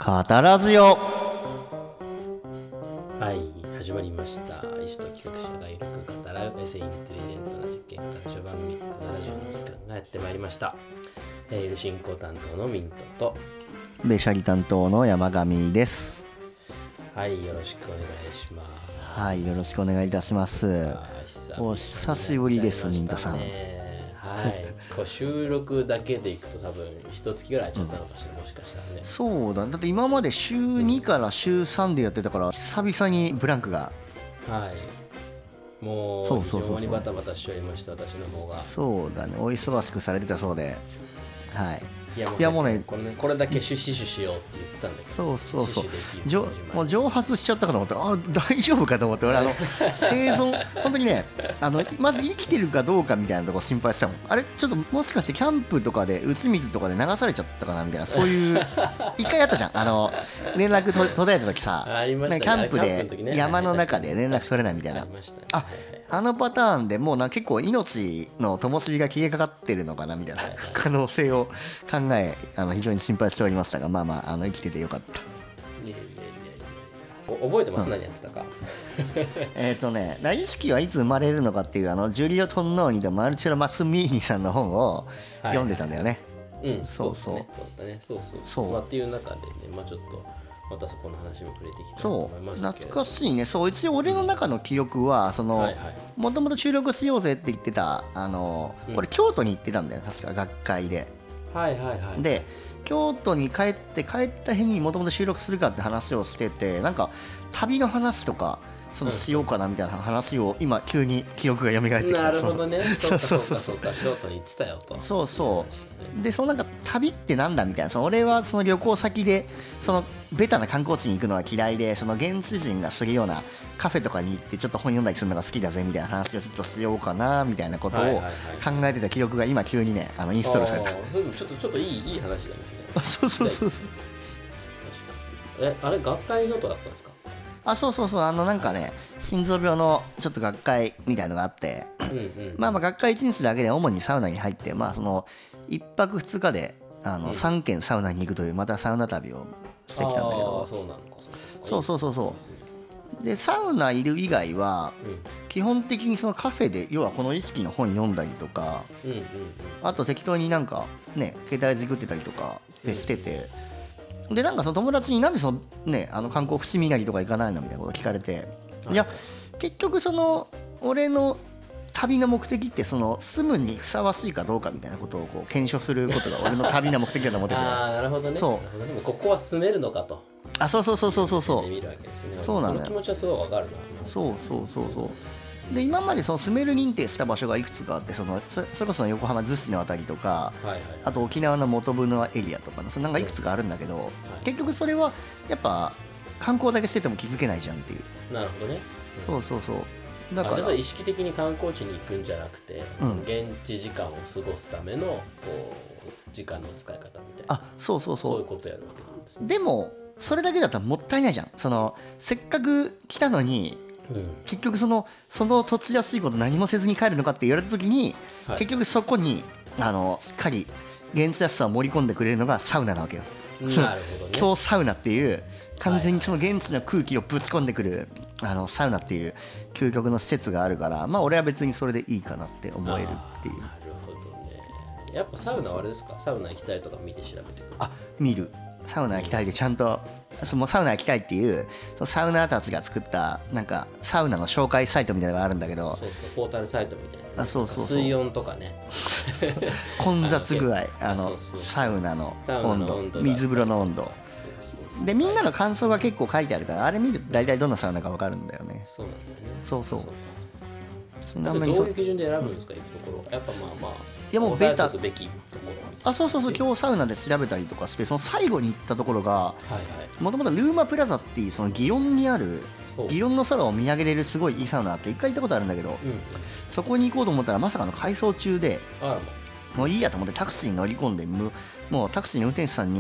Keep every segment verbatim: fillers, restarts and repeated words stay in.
カタラジオ。 はい、始まりました。医師と企画者がゆるく語らうエセインテリジェントな実験ラジオ番組カタラジオの時間がやってまいりました。えー、ゆる進行担当のミントとベシャリ担当の山上です。 はい、よろしくお願いします。 はい、よろしくお願いいたします。お久しぶりです、ミントさん。 はい、こう収録だけでいくと多分一月ぐらいちゃったのかしら、うん、もしかしたらね。 そうだ、だって今まで週にから週さんでやってたから、久々にブランクが。 はい、もう非常にバタバタしておりました、私の方が。そうだね、 お忙しくされてたそうで。はい。 いやもう、いやもうね、これね、これだけシュシュシュしようって言ってたんだけど、 そうそうそう、じょもう蒸発しちゃったかと思って、あ大丈夫かと思って、俺あの生存本当にね、あのまず生きてるかどうかみたいなところ心配したもん。あれちょっともしかしてキャンプとかで打ち水とかで流されちゃったかなみたいな、そういう一回あったじゃん、あの連絡と途絶えた時さ、 ありましたね、 キャンプで山の中で連絡取れないみたいな、あああのパターンでもうな結構命の灯火が消えかかってるのかなみたいな可能性を考え、あの非常に心配しておりましたが、まあまあ、あの生きててよかった。 いやいやいやいや、覚えてます、うん、何やってたか。 えっとね、意識はいつ生まれるのかっていうあのジュリオ・トンノーニとマルチェロ・マスミーニさんの本を読んでたんだよね。 はいはいはい、うん、そうそうそうだね、そうそうそう、まあ、っていう中でね、まあちょっとまたそこの話も触れていきたいと思いますけど。そう懐かしいね。そう一応俺の中の記憶はそのもともと収録しようぜって言ってたあの、うん、これ京都に行ってたんだよ確か学会で。 はいはいはい。 で京都に帰って帰った日にもともと収録するかって話をしてて、なんか旅の話とかそのしようかなみたいな話を今急に記憶が蘇ってきた。 なるほどね。そうそうそうそうか、京都に行ってたよと。 そうそうで、そのなんか旅ってなんだみたいな、その俺はその旅行先でそのベタな観光地に行くのは嫌いで、その現地人がするようなカフェとかに行ってちょっと本読んだりするのが好きだぜみたいな話をちょっとしようかなみたいなことを考えてた記憶が今急にね、あのインストールされた。 それちょっとちょっといいいい話なんですね。 そうそうそうそう。 え、あれ学会のとだったんですか？ あ、そうそうそう、あのなんかね、心臓病のちょっと学会みたいのがあって、うんうん、まあまあ学会いちにちだけで主にサウナに入って、まあそのいっぱくふつかであのさんけんサウナに行くというまたサウナ旅をしてきたんだけど、 あ、そうなのか、 そうそうそうそう。でサウナいる以外は基本的にそのカフェで、要はこの意識の本読んだりとか、うんうんうん、あと適当になんかね携帯作ってたりとかでしてて、うんうん、でなんかその友達になんでそのねあの観光伏見稲荷とか行かないのみたいなことを聞かれて、はい、いや結局その俺の旅の目的ってその住むにふさわしいかどうかみたいなことをこう検証することが俺の旅の目的だと思っててああなるほどね。そうなるほど。でもここは住めるのかと、 あそうそうそうそうそうそう見るわけですね。 そうなんだよ。 その気持ちはすごいわかるな。 そうそうそうそうで今までその住める認定した場所がいくつかあって、そのそれこそ横浜逗子のあたりとか、はいはい、あと沖縄の本部のエリアとか、そのなんかいくつかあるんだけど、うんはい、結局それはやっぱ観光だけしてても気づけないじゃんっていう。 なるほどね、 うん、そうそうそう。 だからじゃあ意識的に観光地に行くんじゃなくて、うん、現地時間を過ごすためのこう時間の使い方みたいな、 あそうそうそう、 そういうことやるわけなんですね。 でもそれだけだったらもったいないじゃん。そのせっかく来たのに、うん、結局そのその土地らしいこと何もせずに帰るのかって言われた時に、はい、結局そこにあのしっかり現地らしさを盛り込んでくれるのがサウナなわけよ。 なるほどね。 今日サウナっていう完全にその現地の空気をぶち込んでくる、はい、あのサウナっていう究極の施設があるから、まあ俺は別にそれでいいかなって思えるっていう。 なるほどね。やっぱサウナはあれですか、サウナ行きたいとか見て調べてくる？ あ、見る。サウナ行きたいでちゃんとそのサウナ行きたいっていうそのサウナーたちが作ったなんかサウナの紹介サイトみたいなのがあるんだけど、 そうそうポータルサイトみたいな、ね、 あそうそうそう水温とかね混雑具合、あのサウナの温度、水風呂の温度でみんなの感想が結構書いてあるから、あれ見ると大体どんなサウナか分かるんだよね。 そうなんだよね。 そうそう。 そどういう基準で選ぶんですか、行くところ。やっぱまあまあいやもうベタべきところ。 あそうそうそう、今日サウナで調べたりとかして、その最後に行ったところがもともとルーマプラザっていうその祇園にある祇園の空を見上げれるすごいいいサウナって一回行ったことあるんだけど、うん、そこに行こうと思ったらまさかの改装中で、あらもういいやと思ってタクシーに乗り込んで、もうタクシーの運転手さんに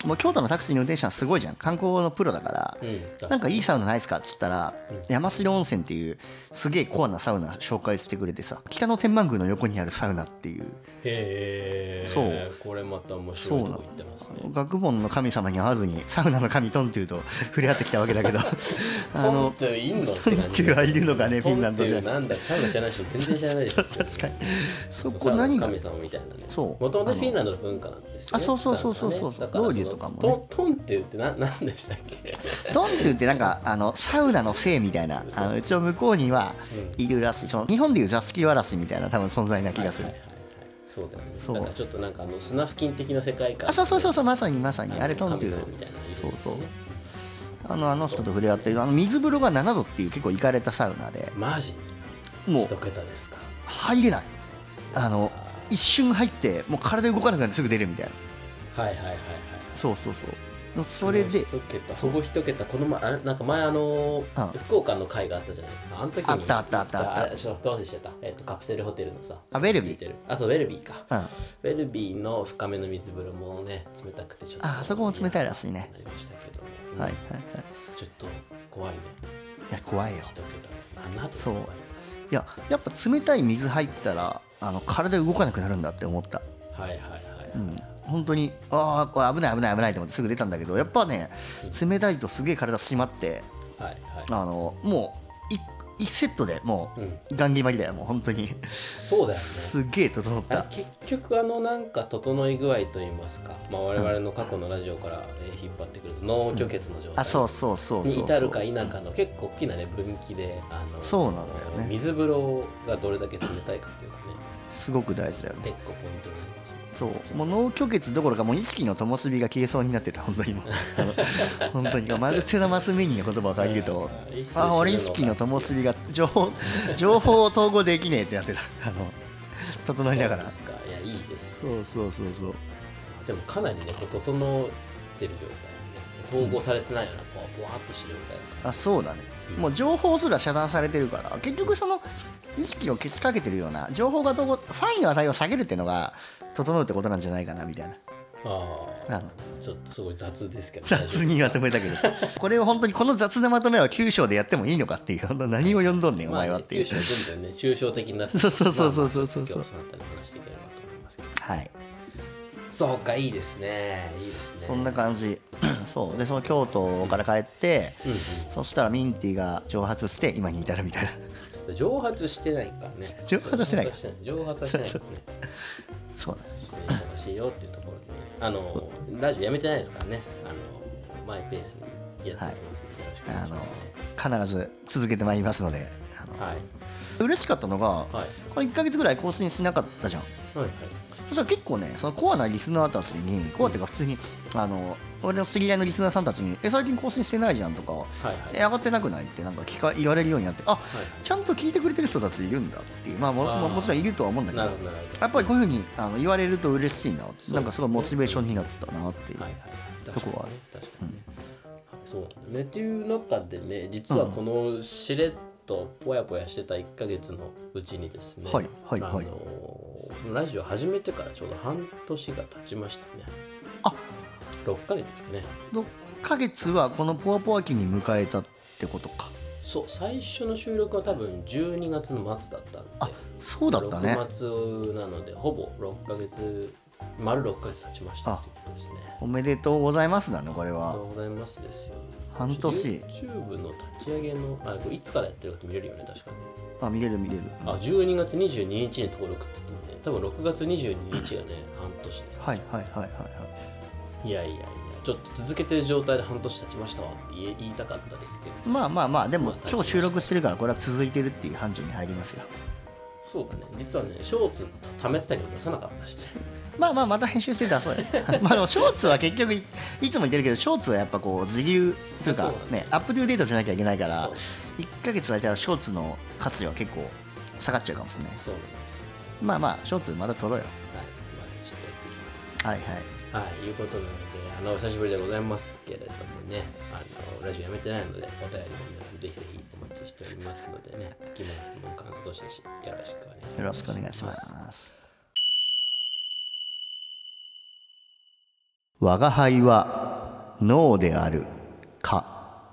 もう京都のタクシーの運転手はすごいじゃん、観光のプロだから、うん、なんかいいサウナないですかっつったら、うん、山城温泉っていうすげえコアなサウナ紹介してくれてさ、北の天満宮の横にあるサウナっていう。 へえ、そうこれまた面白いとこ行ってますね。 学問の神様に会わずにサウナの神トントゥと触れ合ってきたわけだけどあのトントゥいんのって感じ、 トントゥはいるのかね、フィンランドじゃ。 なんだサウナ知らない人全然知らないでしょ確かにそこ何が神様みたいなね。もともとフィンランドの文化なんですよね。 あ、そうそうそうそうそう、 だからロウリュとかもね。 トントントゥってな何でしたっけトントゥってなんかあのサウナの聖みたいな、あの一応向こうにはいるらしい、その日本でいう座敷わらしみたいな多分存在な気がする。 はいはいはいはい、そうだよね。そうだからちょっとなんかあの砂付近的な世界観、 あ、そうそうそうそう、まさにまさにあれトントゥ、そうそう、あのあの人と触れ合ってる、あの水風呂がななどっていう結構行かれたサウナで、 マジもう一桁ですか。 入れない、あの一瞬入ってもう体動かなくなってすぐ出るみたいな。はいはいはいはい、 そうそうそう、それで一桁、ほぼ一桁、この前あなんか前あのーうん、福岡の会があったじゃないですか。あの時にあったあったあったあった。 ちょっとどうせしてた、えっとカプセルホテルのさ、 あ、ウェルビー、 あ、そうウェルビーか、 うん、 ウェルビーの深めの水風呂もね冷たくてちょっと、 あ、あそこも冷たいらしいね。 なりましたけども、 うん、はいはいはい、 ちょっと怖いね。 いや怖いよ。 一桁、あなたそう、いややっぱ冷たい水入ったらあの体動かなくなるんだって思った。 はいはいはい、はい、うん、 本当にああこれ危ない危ない危ないと思ってすぐ出たんだけど、やっぱね冷たいとすげえ体締まって、 はいはい、 あのもういちセットでもうガン決まりだよ、もう本当に。 そうだよね、 すげえ整った。 結局あのなんか整い具合といいますか、まあ、我々の過去のラジオから引っ張ってくると脳虚血の状態に至るか否かの結構大きなね分岐で、あのそうなんだよね、 水風呂がどれだけ冷たいかというかね、 すごく大事だよね。 結構ポイントになります。 そうもう脳虚血どころかもう意識の灯火が消えそうになってた、本当にもう本当にマルチェナマスメニーの言葉を借りるとああ俺意識の灯火が情報情報を統合できねえってなってた、あの整いながら。 そうですか、いやいいです、 ね、そうそうそうそう、 でもかなりねこう整ってる状態ね、統合されてないような、うん、こうボワッとしてる状態、 あ、そうだね、うん、もう情報すら遮断されてるから結局その意識を消しかけてるような情報が統合、ファインの値を下げるっていうのが整うってことなんじゃないかなみたいな。 ああ、ちょっとすごい雑ですけど、 雑にまとめたけどこれを本当にこの雑なまとめはきゅう章でやってもいいのかっていう、何を読んどんねんお前はっていう、 きゅう章全部ね抽象的になって、 そうそうそうそうそうそう、 今日そのあたり話していければと思いますけど、 はい、 そうか、いいですね、いいですね、 そんな感じそうで、その京都から帰って、うんうん、そしたらミンティが蒸発して今に至るみたいな。 蒸発してないからね。 蒸発はしてない。 蒸発はしてないからね。 そうなんです。 忙しいよっていうところで、ね、あのラジオやめてないですからね。あのマイペースにやっていきますので、よろしくお願いします。 あの必ず続けてまいりますので、あの、はい、嬉しかったのが、はい、これいっかげつぐらい更新しなかったじゃん。はいはい。そしたら結構ね、そのコアなリスナーたちに、コアっていうか普通に、うん、あの俺の知り合いのリスナーさんたちにえ最近更新してないじゃんとか、はいはい、え上がってなくないってなんか聞か言われるようになって、あ、はいはい、ちゃんと聞いてくれてる人たちいるんだっていう、まあ も, も, もちろんいるとは思うんだけど、やっぱりこういうふうにあの言われると嬉しいな、なんかすごいモチベーションになったなっていうところはある。確かにね、 うん、そうなんだね。っていう中でね、実はこのしれっとぽやぽやしてたいっかげつのうちにですね、はいはいはい、あのラジオ始めてからちょうど半年が経ちましたね。あ、ろっかげつですかね。 ろっかげつはこのポワポワ期に迎えたってことか。 そう、最初の収録は多分じゅうにがつの末だったんで、 あ、そうだったね。 ろくがつなのでほぼろっかげつ、丸ろっかげつ経ちましたということですね。 おめでとうございますだね、これは。 おめでとうございますですよ。 半年。 YouTube の立ち上げの、あ、これいつからやってるかって見れるよね、確かに。 あ、見れる見れる。 あ、じゅうにがつにじゅうににちに登録って言ってね、多分ろくがつにじゅうににちがね、半年です。 はいはいはいはいはい。 いやいやいや、ちょっと続けてる状態で半年経ちましたわって言い言いたかったですけど、 まあまあまあ、でも今日収録してるからこれは続いてるっていう範疇に入りますよ。 そうだね、実はね、ショーツ貯めてたけど出さなかったしね。まあまあ、また編集して出そうやまあでもショーツは結局いつも言ってるけど、ショーツはやっぱこう時流というかね、アップトゥーデートじゃなきゃいけないから、いっかげつ空いたらショーツの活用は結構下がっちゃうかもしれない。そうなんです。まあまあ、ショーツまた撮ろうよ。はい、まあ、ちょっとやっていきます。はいはい。 はい、いうことなので、あのお久しぶりでございますけれどもね、あのラジオやめてないので、お便りも皆さんぜひぜひお待ちしておりますのでね、疑問、質問、感想どしどしよろしくお願いします。 よろしくお願いします。 我が輩は脳であるか。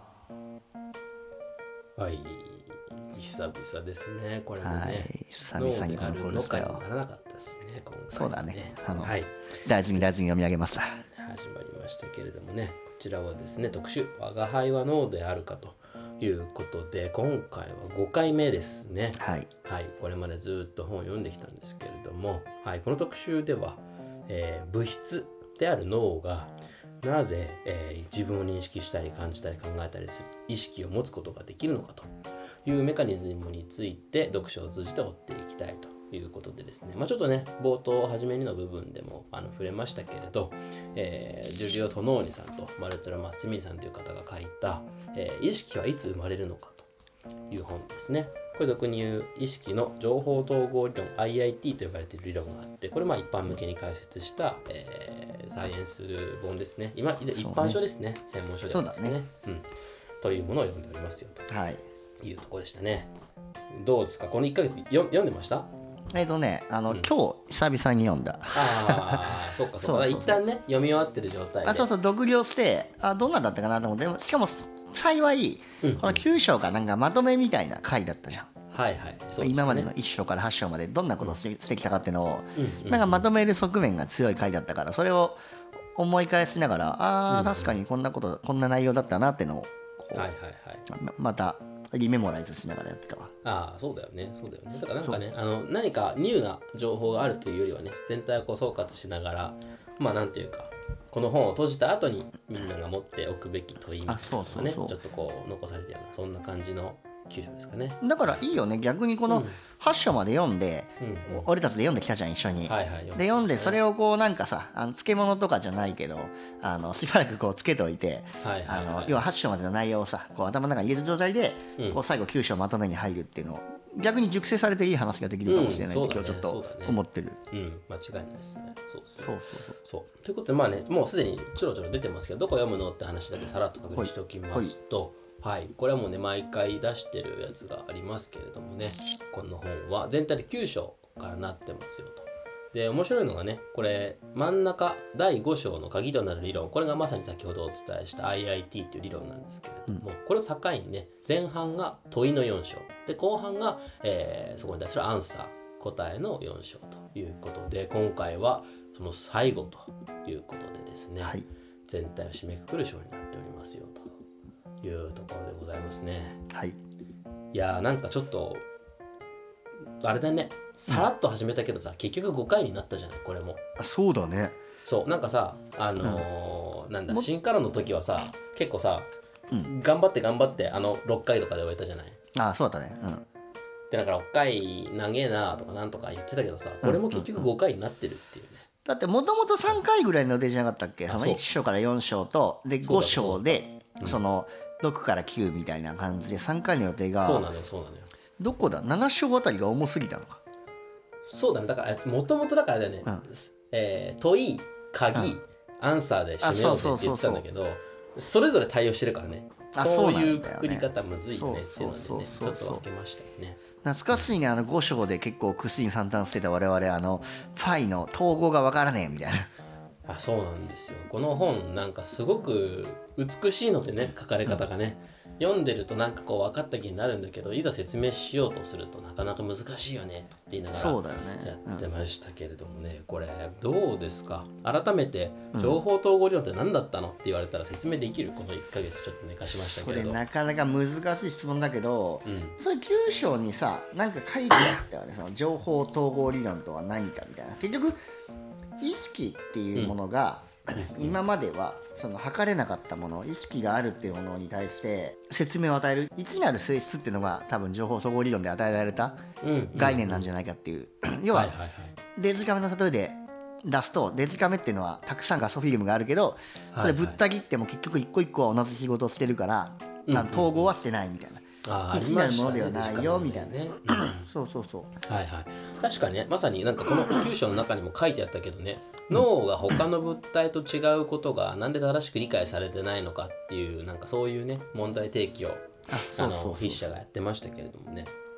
はい、久々ですねこれもね、はい、 久々にこの頃ですよ。 ならなかったですね今回ね。 そうだね、あの、 はい、 大事に大事に読み上げました。 始まりましたけれどもね、こちらはですね特集我が輩は脳であるかということで、今回はごかいめですね。 はい、 はい、これまでずっと本を読んできたんですけれども、はい、この特集では、えー、物質である脳がなぜ、えー、自分を認識したり感じたり考えたりする意識を持つことができるのかというメカニズムについて読書を通じて追っていきたいということでですね、まあ、ちょっとね冒頭初めにの部分でもあの触れましたけれど、えー、ジュリオ・トノーニさんとマルツラ・マッセミリさんという方が書いた、えー、意識はいつ生まれるのかという本ですね。これ俗に言う意識の情報統合理論 アイアイティー と呼ばれている理論があって、これまあ一般向けに解説した、えー、サイエンス本ですね。今一般書ですね、専門書ではなくてね、うん、というものを読んでおりますよと、はい、いうところでしたね。どうですかこのいっかげつよ読んでました？ えっとねあの、うん、今日久々に読んだ。 ああそうかそうか。一旦ね読み終わってる状態で、 あそうそう読了してあどんなんだったかなと思って、しかも幸い、うんうん、このきゅう章かなんかまとめみたいな回だったじゃん。 はいはいそうですね、 今までのいっ章からはち章までどんなことをして、うん、してきたかっていうのを、うん、なんかまとめる側面が強い回だったから、それを思い返しながらああ、うん、確かにこんなことこんな内容だったなっていうのをこう、はいはいはい、ま, またリメモライズしながらやってたわ。 ああそうだよねそうだよね。だからなんかねあの何かニューな情報があるというよりはね、全体をこう総括しながら、まあなんていうかこの本を閉じた後にみんなが持っておくべき問いみたいなのがねちょっとこう残されてるようなそんな感じのきゅう章ですかね。 だからいいよね逆にこのはち章まで読んで、うんうん、俺たちで読んできたじゃん一緒に、はいはい、で読んでそれをこうなんかさあの漬物とかじゃないけどあのしばらくこうつけておいて、はいはいはい、あの要ははち章までの内容をさこう頭の中に入れた状態で、うん、こう最後きゅう章まとめに入るっていうのを逆に熟成されていい話ができるかもしれないって、うんね、今日ちょっと思ってる。 うん、間違いないですね。そうそうそうそうそうということでまあねもうすでにちょろちょろ出てますけど、どこ読むのって話だけさらっと確認しておきますと、はい、これはもうね毎回出してるやつがありますけれどもね、この本は全体できゅう章からなってますよと。で面白いのがねこれ真ん中だいご章の鍵となる理論、これがまさに先ほどお伝えした アイアイティー という理論なんですけれども、うん、これを境にね前半が問いのよん章で後半が、えー、そこに対するアンサー答えのよん章ということで、今回はその最後ということでですね、はい、全体を締めくくる章になっておりますよというところでございますね。はい、いやーなんかちょっとあれだねさらっと始めたけどさ、うん、結局ごかいになったじゃないこれも。 あそうだね。 そうなんかさあのーうん、なんだ進化論の時はさ結構さ、うん、頑張って頑張ってあのろっかいとかで終えたじゃない。 あそうだね。うんでなんかろっかい長えなとかなんとか言ってたけどさ、これも結局ごかいになってるっていうね。 だってもともとさんかいぐらいの予定じゃなかったっけ。そのいち章からよん章とでご章でそのろくからきゅうみたいな感じでさんかいの予定が、 そうなのよそうなのよ。 どこだなな章あたりが重すぎたのか。 そうだねだからもともとだからだよね、うんえー、問い鍵、うん、アンサーで締めようぜって言ってたんだけど、それぞれ対応してるからね。そういうくくり方むずいよねっていうのでねちょっと分けましたよね。 懐かしいねあのご章で結構苦心惨憺してた我々あのファイの統合が分からねえみたいな。 あそうなんですよ。この本なんかすごく美しいのでね書かれ方がね、うん、読んでるとなんかこう分かった気になるんだけどいざ説明しようとするとなかなか難しいよねって言いながらやってましたけれどもね、うん、これどうですか改めて情報統合理論って何だったのって言われたら説明できる？このいっかげつちょっと寝かしましたけれど。 それなかなか難しい質問だけど、うん、それきゅう章にさなんか書いてあったよねその情報統合理論とは何かみたいな。結局意識っていうものが、うん、今まではその測れなかったもの意識があるっていうものに対して説明を与える一なる性質っていうのが多分情報総合理論で与えられた概念なんじゃないかっていう、うんうんうん、要は、はいはいはい、デジカメの例えで出すとデジカメっていうのはたくさん画素フィルムがあるけどそれぶった切っても結局一個一個は同じ仕事をしてるから、うんうん、統合はしてないみたいな。一なるものではないよみたいなね。そうそうそう。 はいはい。確かにねまさになんかこのきゅう章の中にも書いてあったけどね、脳が他の物体と違うことがなんで正しく理解されてないのかっていうなんかそういうね問題提起をあの筆者がやってましたけれどもね。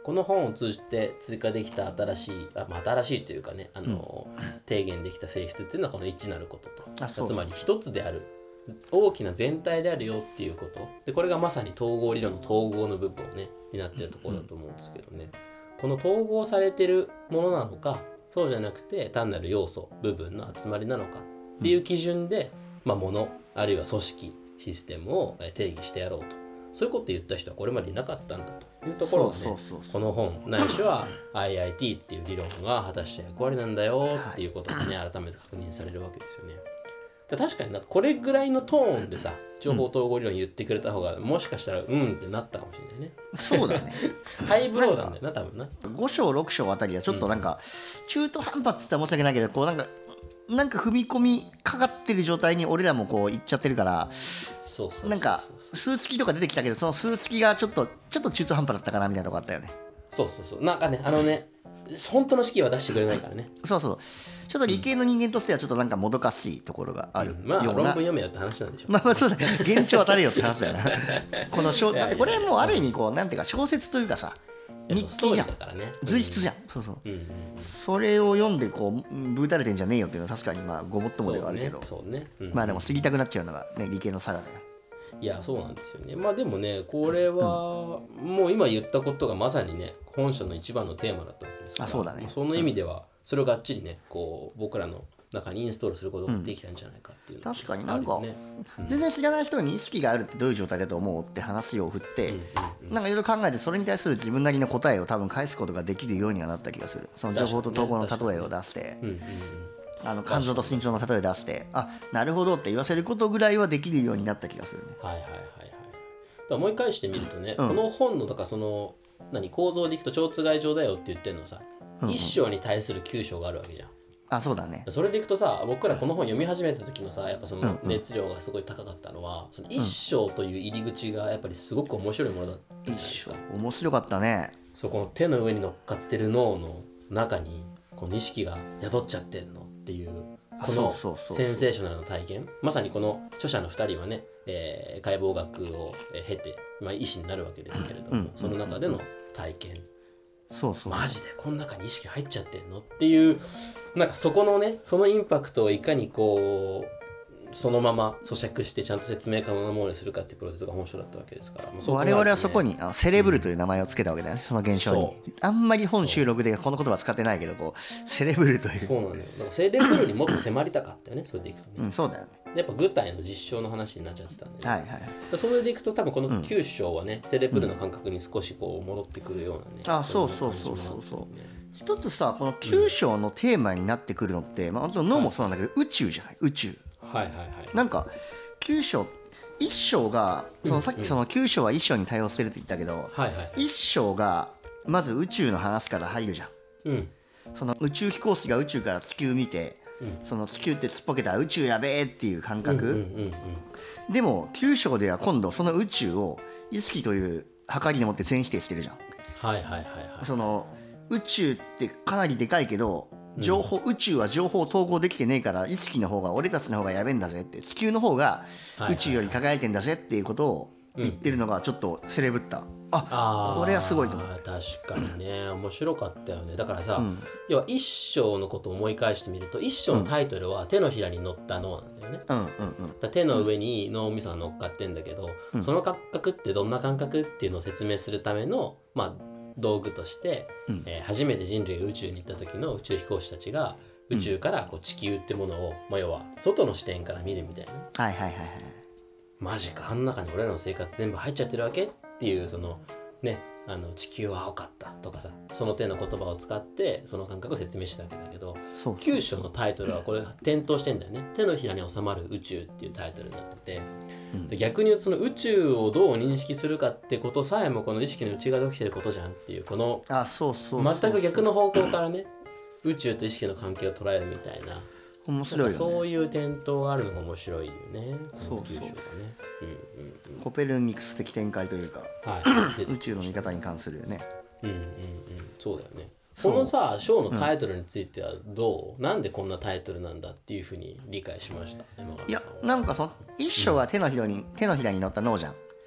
この本を通じて追加できた新しいあ、まあ、新しいというかねあの、うん、提言できた性質っていうのはこの一致なることと、つまり一つである大きな全体であるよっていうことで、これがまさに統合理論の統合の部分をね担っているところだと思うんですけどね、この統合されてるものなのかそうじゃなくて単なる要素部分の集まりなのかっていう基準で、まあ、ものあるいは組織システムを定義してやろうと、そういうこと言った人はこれまでいなかったんだというところをね、この本ないしは アイアイティー っていう理論が果たした役割なんだよっていうことがね改めて確認されるわけですよね。で確かになこれぐらいのトーンでさ情報統合理論言ってくれた方がもしかしたらうんってなったかもしれないね。 そうだねハイブローなんだよな多分な。 ご章ろく章あたりはちょっとなんか、うん、中途半端って言ったら申し訳ないけどこうなんかなんか踏み込みかかってる状態に俺らもこういっちゃってるから、 そうそうそうそう、 なんか数式とか出てきたけどその数式がちょっとちょっと中途半端だったかなみたいなとこあったよね。 そうそうそう、なんかねあのね本当の式は出してくれないからね。 そうそう、ちょっと理系の人間としてはちょっとなんかもどかしいところがあるような、 うん、まあ論文読めよって話なんでしょ。 まあまあそうだね、現状当たれよって話だよなこの小だってこれもうある意味こうなんていうか小説というかさ日記じゃん、ね、随筆じゃん、そうそう、うんうんうん、それを読んでこうブーたれてんじゃねえよっていうのは確かにまあごもっともではあるけど、 そうね、そうね、うん、 まあでも過ぎたくなっちゃうのがね理系の差がだよ。 いやそうなんですよね。まあでもねこれはもう今言ったことがまさにね本書の一番のテーマだったわけですから、 あそうだね、 その意味ではそれをがっちりねこう僕らの中にインストールすることができたんじゃないかっていうの、 うん、確かになんか、うん、全然知らない人に意識があるってどういう状態だと思うって話を振って、うんうんうん、なんかいろいろ考えてそれに対する自分なりの答えを多分返すことができるようにはなった気がする。その情報と統合の例えを出して、うんうんうん、あの肝臓と心臓の例えを出してあなるほどって言わせることぐらいはできるようになった気がするね。 はいはいはいはい。だから思い返してみるとね、うん、この本のだからその何構造でいくと超つがい上だよって言ってるのさ、うんうん、一章に対するきゅう章があるわけじゃん。 あそうだね。 それでいくとさ僕らこの本読み始めた時のさやっぱその熱量がすごい高かったのは、うんうん、その一章という入り口がやっぱりすごく面白いものだったじゃないですか。 面白かったね。 そこの手の上に乗っかってる脳の中にこの意識が宿っちゃってんのっていうこのセンセーショナルな体験、まさにこの著者のふたりはね、えー、解剖学を経て、まあ、医師になるわけですけれども、うんうんうん、その中での体験、 そうそうマジでこの中に意識入っちゃってんのっていうなんかそこのねそのインパクトをいかにこうそのまま咀嚼してちゃんと説明可能なものにするかっていうプロセスが本書だったわけですから、まあね、 我々はそこにセレブルという名前をつけたわけだよね、うん、その現象に。あんまり本収録でこの言葉使ってないけどこうセレブルというそうなんだよ。だからセレブルにもっと迫りたかったよねそれでいくとね、 うん、そうだよね。 やっぱ具体の実証の話になっちゃってたんで、ね、 はいはい、 それでいくと多分このきゅう章はね、うん、セレブルの感覚に少しこう戻ってくるようなね、 うん、あそうそうそうそうそう。一つさこのきゅう章のテーマになってくるのって、うん、まあ、もちろん脳もそうなんだけど、はい、宇宙じゃない宇宙。 はいはいはい。 なんかきゅう章いっ章がそのさっきそのきゅう章はいっ章に対応してるって言ったけど、 はいはいはい、 いっ章がまず宇宙の話から入るじゃん、うん、その宇宙飛行士が宇宙から地球見て、うん、その地球ってすっぽけたら宇宙やべえっていう感覚、うんうんうんうん、でもきゅう章では今度その宇宙を意識という計りでもって全否定してるじゃん。 はいはいはいはい。 その宇宙ってかなりでかいけど情報、うん、宇宙は情報を統合できてねえから意識の方が俺たちの方がやべえんだぜって、地球の方が宇宙より輝いてんだぜっていうことを言ってるのがちょっとセレブった、うん、あ, あこれはすごいと思う。 確かにね面白かったよね。だからさ、うん、要は一章のことを思い返してみると一章のタイトルは手のひらに乗った脳なんだよね、うんうんうん、だ手の上に脳みそが乗っかってんだけど、うん、その感覚ってどんな感覚っていうのを説明するためのまあ道具として、うんえー、初めて人類が宇宙に行った時の宇宙飛行士たちが宇宙からこう地球ってものを、まあ、要は外の視点から見るみたいな、 はいはいはいはい、 マジかあん中に俺らの生活全部入っちゃってるわけっていうそのねあの地球は青かったとかさその手の言葉を使ってその感覚を説明したわけだけどきゅう章のタイトルはこれ点灯してんだよね。手のひらに収まる宇宙っていうタイトルになってて、うん、で逆に言うとその宇宙をどう認識するかってことさえもこの意識の内側で起きてることじゃんっていうこのあそうそうそう全く逆の方向からね宇宙と意識の関係を捉えるみたいな面白いよね。 そういう点灯があるのが面白いよね。 そうそう、 きゅう章がね、うんうんうん、コペルニクス的展開というか、はい、宇宙の見方に関するよね。 うんうんうんそうだよね。このさ章のタイトルについてはどう、うん、なんでこんなタイトルなんだっていうふうに理解しました。 いやなんかその一章は手のひらに、うん、手のひらに乗った脳じゃん。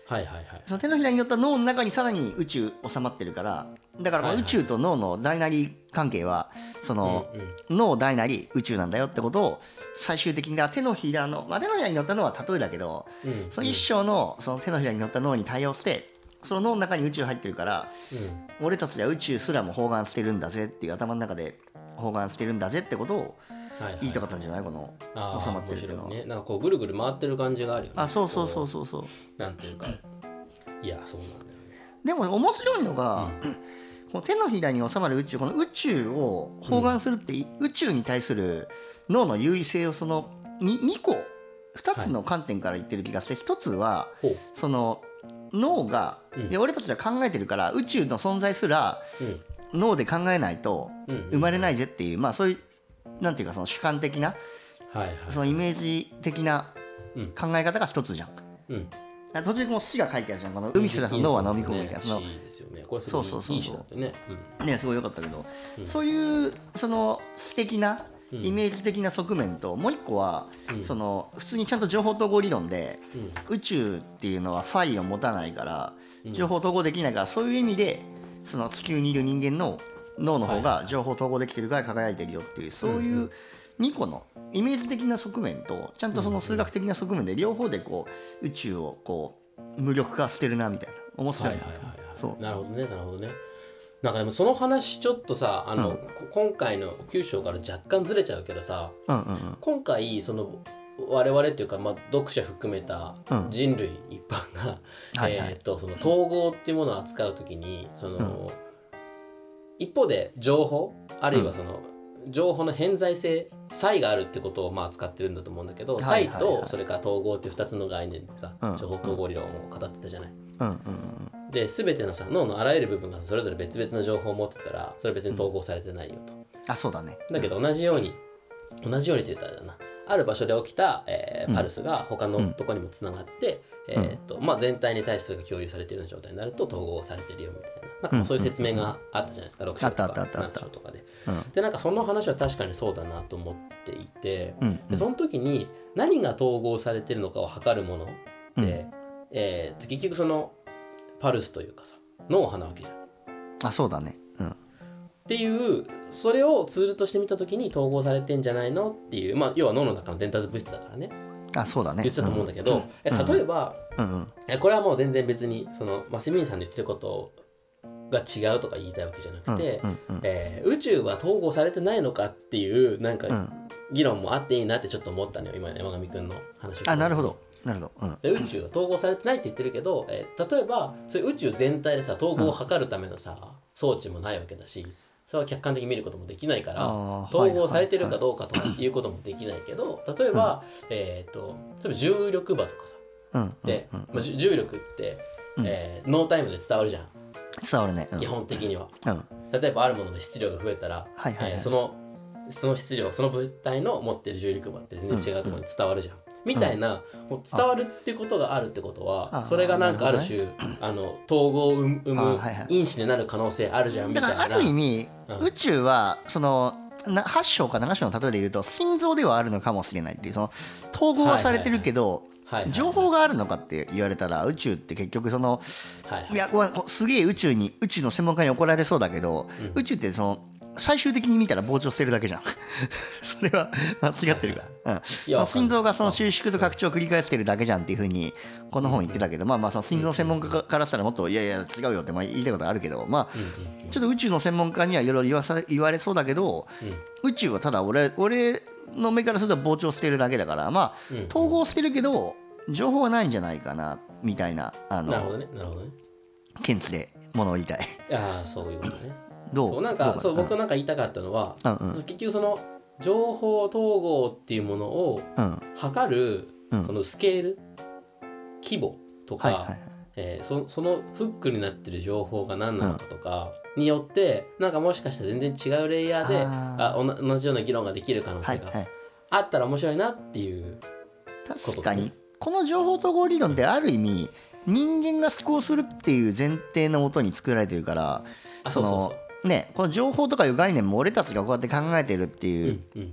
はいはいはい、 その手のひらに乗った脳の中にさらに宇宙収まってるから、だから宇宙と脳の大なり関係はその、うんうん、脳大なり宇宙なんだよってことを最終的に手のひらの、まあ、手のひらに乗った脳は例えだけど、うんうん、その一生のその手のひらに乗った脳に対応してその脳の中に宇宙入ってるから、うん、俺たちは宇宙すらも包含してるんだぜっていう頭の中で包含してるんだぜってことを言いたかったんじゃない、この収まってるっていうのは。 ね、なんかこうぐるぐる回ってる感じがあるよね。 あ、そうそうそうそうそう。 なんていうか、いやそうなんだよね。 でも面白いのが、うん、この手のひらに収まる宇宙、この宇宙を包含するって、うん、宇宙に対する脳の優位性をその 2, にこふたつの観点から言ってる気がして、ひとつはその脳が、うん、いや俺たちは考えてるから宇宙の存在すら脳で考えないと生まれないぜっていう、まあそういうなんていうかその主観的な、はいはい、そのイメージ的な考え方が一つじゃん、うん、途中に詩が書いてあるじゃん、この海すらその脳は飲み込むみたいな、そのそうそうそうそうね、ねすごい良かったけど、うん、そういうその詩的なイメージ的な側面と、もう一個は、うん、その普通にちゃんと情報統合理論で、うん、宇宙っていうのはファイを持たないから情報統合できないから、そういう意味でその地球にいる人間の脳の方が情報統合できてるから輝いてるよっていう、そういうにこのイメージ的な側面とちゃんとその数学的な側面で両方でこう宇宙をこう無力化してるなみたいな、面白いな、 そうなるほどねなるほどね。なんかでもその話ちょっとさあの、うん、今回のきゅう章から若干ずれちゃうけどさ、うんうんうん、今回その我々っていうか、まあ、読者含めた人類一般が、うんえー、とその統合っていうものを扱うときにその、うん、一方で情報あるいはその、うん、情報の偏在性差異があるってことをまあ使ってるんだと思うんだけど、差異とそれから統合っていうふたつの概念でさ、うん、情報統合理論を語ってたじゃない、うんうんうん、で全てのさ脳のあらゆる部分がそれぞれ別々の情報を持ってたらそれは別に統合されてないよと、うん、 あそうだね、 だけど同じように同じようにって言ったらあれだな、ある場所で起きた、えー、パルスが他のとこにもつながって、うんえーとまあ、全体に対してそれが共有されているような状態になると統合されているよみたいな、なんかそういう説明があったじゃないですか、ろく章とかなな章とかで、うん、でなんかその話は確かにそうだなと思っていて、うん、でその時に何が統合されているのかを測るもので、うんえー、と結局そのパルスというかさ脳波なわけじゃん。 あそうだね、うん、 っていうそれをツールとして見た時に統合されてんじゃないのっていう、まあ、要は脳の中の伝達物質だからね、 あそうだね言ってたと思うんだけど、うん、え例えば、うんうん、これはもう全然別にそのマスミンさんの言ってることが違うとか言いたいわけじゃなくて、うんうんうんえー、宇宙は統合されてないのかっていうなんか議論もあっていいなってちょっと思ったのよ今山上くんの話を。 あなるほどなるほど、うん、 で宇宙は統合されてないって言ってるけど、えー、例えばそういう宇宙全体でさ統合を図るためのさ、うん、装置もないわけだし、それは客観的に見ることもできないから統合されてるかどうかとかっていうこともできないけど、例えば、うんえー、と例えば重力場とかさ、うんでうんまあ、重力って、うんえー、ノータイムで伝わるじゃん、 伝わるね、 うん、基本的には、うん、例えばあるものの質量が増えたら、はいはいはいえー、そのその質量その物体の持ってる重力場って全然違うところに伝わるじゃん、うんうんみたいな、うん、伝わるっていうことがあるってことはそれがなんかある種あの統合を生む因子になる可能性あるじゃんみたいな。 だからある意味、うん、宇宙はそのはち章かなな章の例えで言うと心臓ではあるのかもしれないっていう、その統合はされてるけど情報があるのかって言われたら宇宙って結局その、はいはい、いやすげえ宇宙に宇宙の専門家に怒られそうだけど、うん、宇宙ってその最終的に見たら膨張してるだけじゃんそれは間違ってるから、うん、その心臓がその収縮と拡張を繰り返してるだけじゃんっていうふうにこの本言ってたけど、まあまあその心臓専門家からしたらもっといやいや違うよってまあ言いたいことあるけど、まあちょっと宇宙の専門家にはいろいろ言われそうだけど、宇宙はただ俺俺の目からすると膨張してるだけだから、まあ統合してるけど情報はないんじゃないかなみたいな、あのなるほどねなるほどね見地で物を言いたい。 ああそういうことね。 どうそうなんかそう僕なんか言いたかったのは、うんうん、結局その情報統合っていうものを測る、うん、そのスケール規模とか、はいはいはいえー、そ, そのフックになってる情報が何なのかとかによって、うん、なんかもしかしたら全然違うレイヤーでああ同じような議論ができる可能性があったら面白いなっていうこと、ね、 確かにこの情報統合理論ってある意味人間が思考するっていう前提のもとに作られてるから、そのね、この情報とかいう概念も俺たちがこうやって考えてるっていう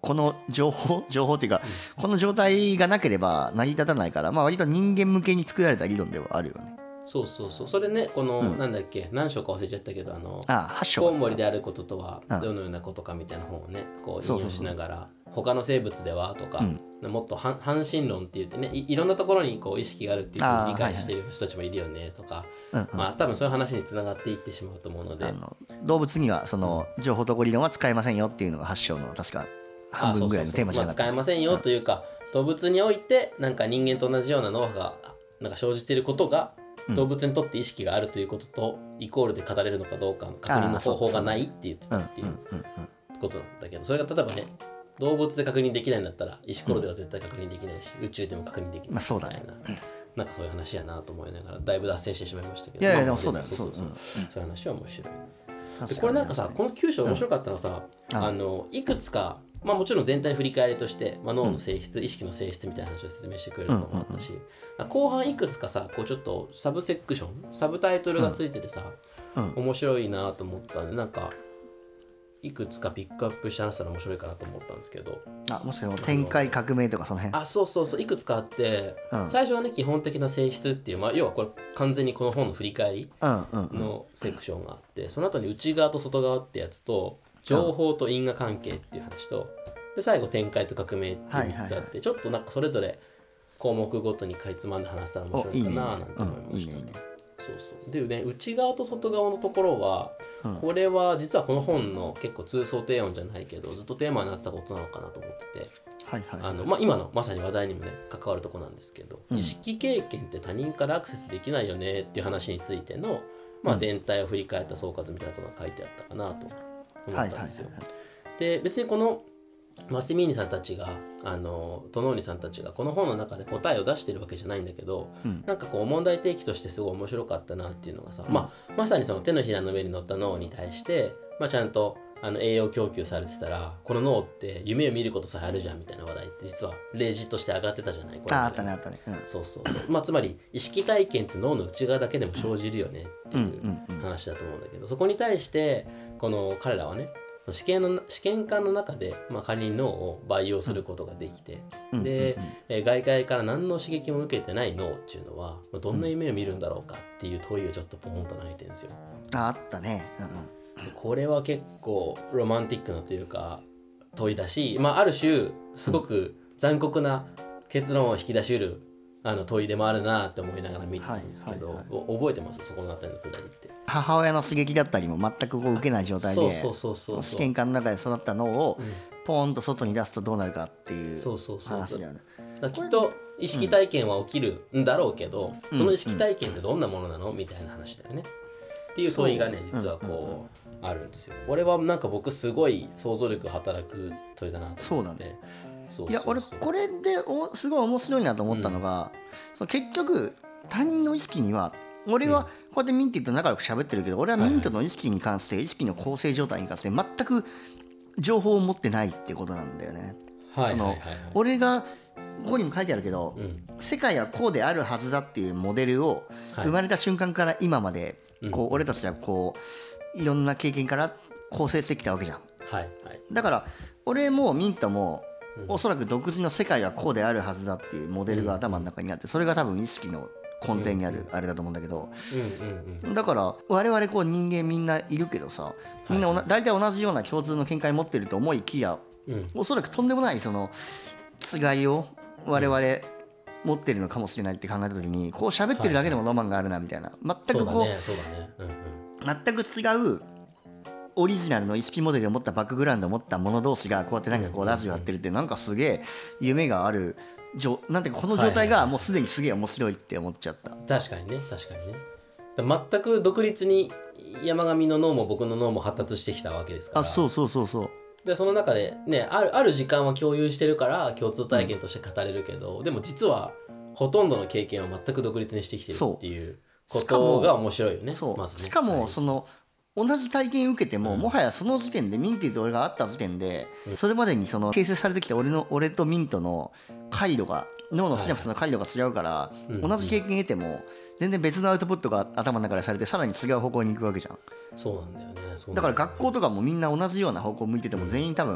この情報情報っていうか、うん、この状態がなければ成り立たないから、まあ、割と人間向けに作られた理論ではあるよね。 そうそうそう、それね、この、うん、なんだっけ、何章か忘れちゃったけど、あのああはち章、 コウモリであることとはどのようなことかみたいな本をね、こう引用しながら、そうそうそう、他の生物ではとか、うん、もっと半身論って言ってね、 い, いろんなところにこう意識があるっていうふうに理解している人たちもいるよねとか、はいはい、まあ多分そういう話につながっていってしまうと思うので、あの動物にはその情報統合理論は使えませんよっていうのがはち章の確か半分ぐらいのテーマじゃなかった。 使えませんよというか、うん、動物においてなんか人間と同じような脳波がなんか生じていることが動物にとって意識があるということとイコールで語れるのかどうかの確認の方法がないって言ってたっていうことなんだけど、それが例えばね、動物で確認できないんだったら石ころでは絶対確認できないし、うん、宇宙でも確認できないみたいな、まあそうだね、なんかそういう話やなと思いながらだいぶ脱線してしまいましたけど、 いやいやでもそうだよね、 そうそうそう、そういう話は面白い。でこれなんかさ、このきゅう章面白かったのはさ、うん、あのいくつか、まあ、もちろん全体振り返りとして、まあ、脳の性質、うん、意識の性質みたいな話を説明してくれるのもあったし、うんうんうん、後半いくつかさこうちょっとサブセクションサブタイトルがついててさ、うんうん、面白いなと思ったんで、なんかいくつかピックアップして話したら面白いかなと思ったんですけど、 あもしかして展開革命とかその辺、 あそうそうそう、いくつかあって、うん、最初はね基本的な性質っていう、まあ、要はこれ完全にこの本の振り返りのセクションがあって、その後に内側と外側ってやつと情報と因果関係っていう話と、で最後展開と革命っていうみっつあって、はいはいはい、ちょっとなんかそれぞれ項目ごとにかいつまんで話したら面白いかななんて思いましたね。そうそうでね、内側と外側のところは、うん、これは実はこの本の結構通奏低音じゃないけどずっとテーマになってたことなのかなと思ってて、はいはいはい、あのまあ、今のまさに話題にもね関わるところなんですけど、うん、意識経験って他人からアクセスできないよねっていう話についての、まあ、全体を振り返った総括みたいなことが書いてあったかなと思ったんですよ。はいはいはいはい、で別にこのマスミーニさんたちがあのトノーニさんたちがこの本の中で答えを出してるわけじゃないんだけど、うん、なんかこう問題提起としてすごい面白かったなっていうのがさ、うん、まあ、まさにその手のひらの上に乗った脳に対して、まあ、ちゃんとあの栄養供給されてたらこの脳って夢を見ることさえあるじゃんみたいな話題って実は例示として上がってたじゃない。これああったねあったね、うん、 そうそうそう、まあ、つまり意識体験って脳の内側だけでも生じるよねっていう話だと思うんだけど、そこに対してこの彼らはね試験の試験管の中で、まあ、仮に脳を培養することができて、うん、で、うんうんえー、外界から何の刺激も受けてない脳っていうのはどんな夢を見るんだろうかっていう問いをちょっとポンと投げてるんですよ。 あ, あったね、 うんうん、これは結構ロマンティックなというか問いだし、まあ、ある種すごく残酷な結論を引き出しうるあの問いでもあるなって思いながら見てたんですけど、はいはいはい、覚えてますそこのあたりのくだりって。 母親の刺激だったりも全くこう受けない状態で試験管の中で育った脳をポーンと外に出すとどうなるかっていう話だよね。 きっと意識体験は起きるんだろうけど、うん、その意識体験ってどんなものなのみたいな話だよねっていう問いがね実はこうあるんですよ。これはなんか僕すごい想像力働く問いだなと思って。 そうだね。いや俺これでおすごい面白いなと思ったのが、うん、その結局他人の意識には俺はこうやってミンティと仲良く喋ってるけど、俺はミントの意識に関して意識の構成状態に関して全く情報を持ってないってことなんだよね。その俺がここにも書いてあるけど、世界はこうであるはずだっていうモデルを生まれた瞬間から今までこう俺たちはこういろんな経験から構成してきたわけじゃん。だから俺もミントもおそらく独自の世界はこうであるはずだっていうモデルが頭の中にあって、それが多分意識の根底にあるあれだと思うんだけど、だから我々こう人間みんないるけどさ、みんな大体同じような共通の見解持ってると思いきや、おそらくとんでもないその違いを我々持ってるのかもしれないって考えた時に、こう喋ってるだけでもロマンがあるなみたいな、全くこう全く違うオリジナルの意識モデルを持ったバックグラウンドを持った者同士がこうやってなんかこうラジオやってるってなんかすげえ夢がある、なんていうかこの状態がもうすでにすげえ面白いって思っちゃった。 確かにね確かにね。全く独立に山上の脳も僕の脳も発達してきたわけですから。 あそうそうそうそう。 でその中でねある、ある時間は共有してるから共通体験として語れるけど、うん、でも実はほとんどの経験を全く独立にしてきてるっていうことが面白いよね。 そうまずね。 しかもその同じ体験受けても、うん、もはやその時点でミンティと俺が会った時点で、うん、それまでにその形成されてきた俺の俺とミントの回路が脳のシナプスの回路が違うから、はい、同じ経験得ても全然別のアウトプットが頭の中でされてさらに違う方向に行くわけじゃん。 そうなんだよね。 だから学校とかもみんな同じような方向を向いてても全員多分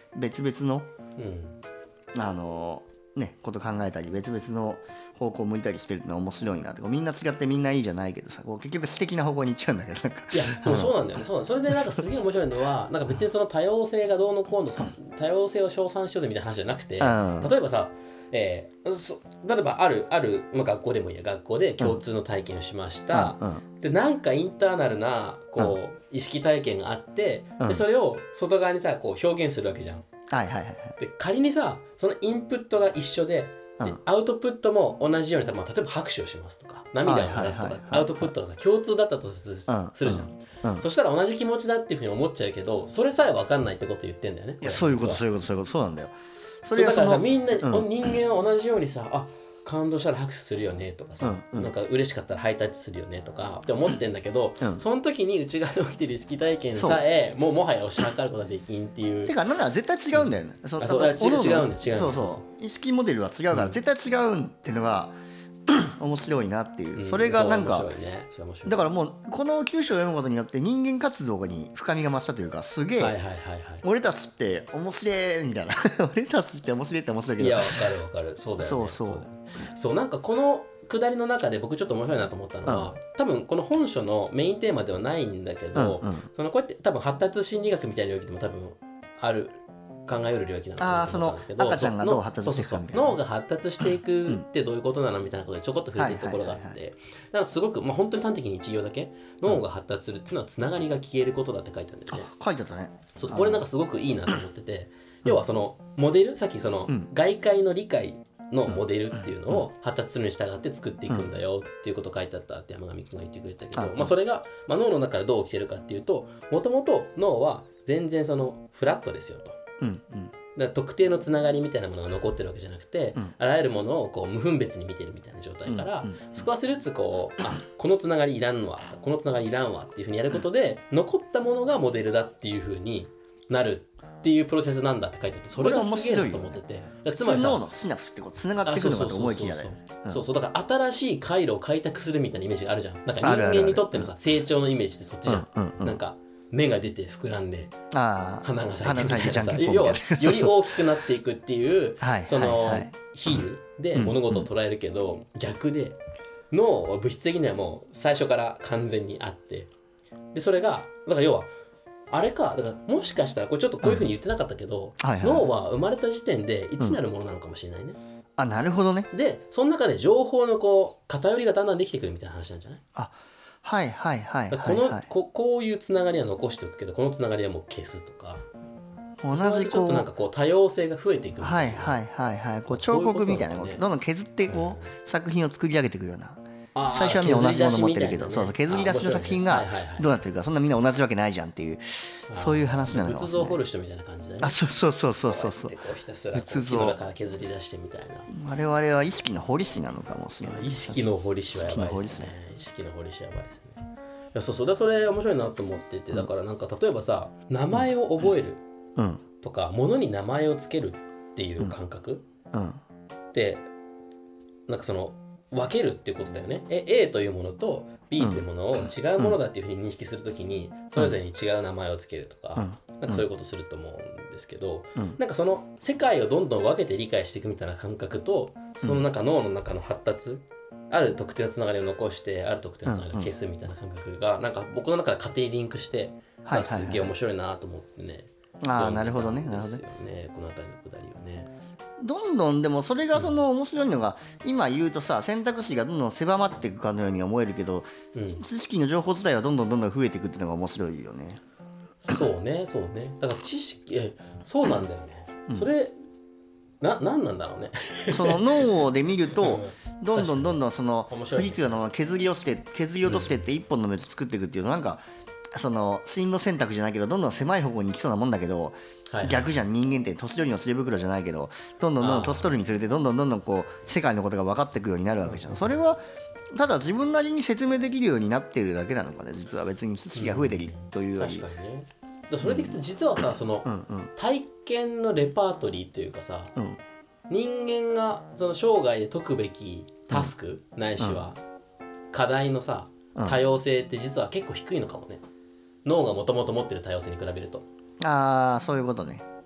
別々の、うん、あのねこと考えたり別々の方向を向いたりしてるのは面白いなって。みんな違ってみんないいじゃないけどさ、こう結局素敵な方向に行っちゃうんだけどなんかいやでもそうなんだよね。そうなんそれでなんかすげえ面白いのはなんか別にその多様性がどうのこうのさ多様性を称賛しようぜみたいな話じゃなくて、うん、例えばさえー、そ例えばあるある、まあ、学校でもいいや学校で共通の体験をしました、うんうん、でなんかインターナルなこう、うん、意識体験があって、うん、でそれを外側にさこう表現するわけじゃん、 はいはいはい、 で仮にさそのインプットが一緒で、うん、でアウトプットも同じように、まあ、例えば拍手をしますとか涙を流すとかアウトプットがさ共通だったとするじゃん、うんうん、そしたら同じ気持ちだっていうふうに思っちゃうけどそれさえ分かんないってこと言ってんだよね。 いやそういうことそういうことそういうことそうなんだよ。 それだからさみんな、うん、人間は同じようにさあ感動したら拍手するよねとかさ、うんうん、なんか嬉しかったらハイタッチするよねとかって思ってんだけど、うん、その時に内側で起きてる意識体験さえもうもはや推し量ることはできんっていう。 てかなんなら絶対違うんだよね、うん、 そうそう違うんだよ違うんだよそうそう意識モデルは違うから、うん、絶対違うっていうのが面白いなっていう、うん、それがなんか、ね、だからもうこのきゅう章を読むことによって人間活動に深みが増したというかすげえ、はいはいはいはい、俺たちって面白いみたいな俺たちって面白いって面白いけどいやわかるわかるそうだよねそうそうそうなんかこの下りの中で僕ちょっと面白いなと思ったのは、うん、多分この本書のメインテーマではないんだけど、うんうん、そのこうやって多分発達心理学みたいな領域でも多分ある考えうる領域なのかなと思ったんですけど、 赤ちゃんがどう発達していくかみたいな、 脳が発達していくってどういうことなのみたいなことでちょこっと触れているところがあって、だからすごく、まあ、本当に端的に一行だけ脳が発達するっていうのはつながりが消えることだって書いてあるんだよね。 書いてあったね。 そうこれなんかすごくいいなと思ってて、要はそのモデルさっきその外界の理解のモデルっていうのを発達するに従って作っていくんだよっていうことを書いてあったって山上くんが言ってくれたけど、まあ、それが、まあ、脳の中でどう起きてるかっていうともともと脳は全然そのフラットですよと。うんうんだから特定のつながりみたいなものが残ってるわけじゃなくて、うん、あらゆるものをこう無分別に見てるみたいな状態から、うんうん、少しずつこうあこのつながりいらんわこのつながりいらんわっていうふうにやることで、うん、残ったものがモデルだっていうふうになるっていうプロセスなんだって書いてあってそれがすげえなと思ってて、 つまり脳のシナプスってこうつながってくるのかと思いきやね。 そうそうだから新しい回路を開拓するみたいなイメージがあるじゃん。なんか人間にとってのさ成長のイメージってそっちじゃん、うんうんうん、なんか目が出て膨らんで花が咲いてみたいなさ要はより大きくなっていくっていうそのヒールで物事を捉えるけど、逆で脳は物質的にはもう最初から完全にあってでそれがだから要はあれかだからもしかしたらこれちょっとこういうふうに言ってなかったけど、うんはいはい、脳は生まれた時点でいちなるものなのかもしれないね、うん、 あなるほどね。 でその中で情報のこう偏りがだんだんできてくるみたいな話なんじゃない？ あはいはいはいはい、 この、はい、こ, こういうつながりは残しておくけどこのつながりはもう消すとか同じこうちょっとなんかこう多様性が増えていくはいはいはいはいこう彫刻みたいなこと、ね、どんどん削ってこう、うん、作品を作り上げていくような最初はみんな同じもの持ってるけど、ね、そうそう削り出しの作品がどうなってるかそんなみんな同じわけないじゃんっていうそういう話なのかもしれない。 仏像を掘る人みたいな感じだね。 あそうそうそうそうそうそう。 こうひたすら木の中から削り出してみたいな。 我々は意識の彫り師なのかもしれない。 意識の彫り師はやばいですね。意識の彫り師はやばいですね。いやそうそうだそれ面白いなと思っててだからなんか例えばさ名前を覚えるとか、うん、物に名前をつけるっていう感覚、うんうん、でなんかその分けるっていうことだよね。え A というものと B というものを違うものだっていうふうに認識するときにそれぞれに違う名前をつけるとか、うん、なんかそういうことすると思うんですけど、うん、なんかその世界をどんどん分けて理解していくみたいな感覚とその中脳の中の発達ある特定のつながりを残してある特定のつながりを消すみたいな感覚がなんか僕の中で家庭リンクして、はいはいはい、すげえ面白いなと思ってね。 ああなるほどねなるほどねこの辺りのくだりをね。 どんどんでもそれがその面白いのが、うん、今言うとさ選択肢がどんどん狭まっていくかのように思えるけど、うん、知識の情報自体はどんどんどんどん増えていくっていうのが面白いよね。 そうねそうねだから知識えそうなんだよね、うん、それな何なんだろうねその脳で見るとどんどんどんどんその不実なの削り落ちて削り落としてって一本の道作っていくっていうのなんかその進路選択じゃないけどどんどん狭い方向に行きそうなもんだけど、はいはい、逆じゃん人間って年寄りの知恵袋じゃないけどどんどんどんどん年取るにつれてどんどんどんどんこう世界のことが分かっていくようになるわけじゃん。それはただ自分なりに説明できるようになっているだけなのかね。実は別に知識が増えてるというより、うん、 確かにね。だそれでいくと実はさその、うんうん、体験のレパートリーというかさ、うん、人間がその生涯で解くべきタスク、うん、ないしは課題のさ多様性って実は結構低いのかもね。脳がもともと持ってる多様性に比べると。 ああそういうことね。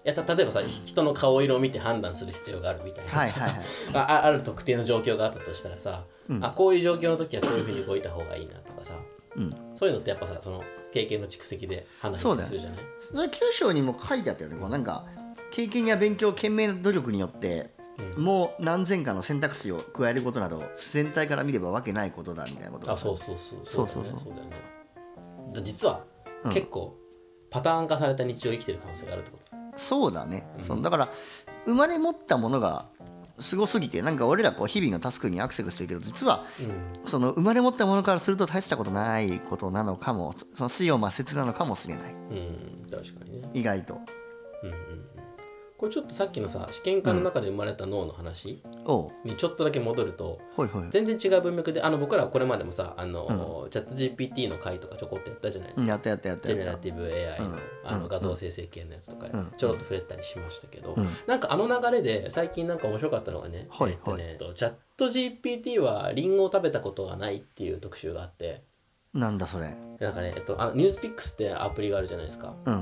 や例えばさ人の顔色を見て判断する必要があるみたいなさ、はいはいはい、あ, ある特定の状況があったとしたらさ、うん、あこういう状況の時はこういうふうに動いた方がいいなとかさ、うん、そういうのってやっぱさその経験の蓄積で判断するじゃない。 それきゅう章にも書いてあったよね、こうなんか経験や勉強懸命な努力によって、うん、もう何千かの選択肢を加えることなど全体から見ればわけないことだみたいなことが。 あそうそうそうそうだよね、そうだよね。実は、うん、結構パターン化された日常を生きてる可能性があるってことだ。 そうだね、うん、そのだから生まれ持ったものがすごすぎてなんか俺らこう日々のタスクにアクセスしてるけど実は、うん、その生まれ持ったものからすると大したことないことなのかも、その死を抹殺なのかもしれない、 うん、確かにね、 意外と、 うんうんうん、これちょっとさっきのさ試験管の中で生まれた脳の話にちょっとだけ戻ると、うん、全然違う文脈であの僕らはこれまでもさあの、うん、チャット ジーピーティー の回とかちょこっとやったじゃないですか。 やったやったやったジェネラティブ エーアイ の、うん、あの画像生成系のやつとかちょろっと触れたりしましたけど、うん、なんかあの流れで最近なんか面白かったのがね、はいはい、えっとねチャット ジーピーティー はリンゴを食べたことがないっていう特集があって。 なんだそれ。 なんかね、えっと、あのニュースピックスってアプリがあるじゃないですか、うんうん、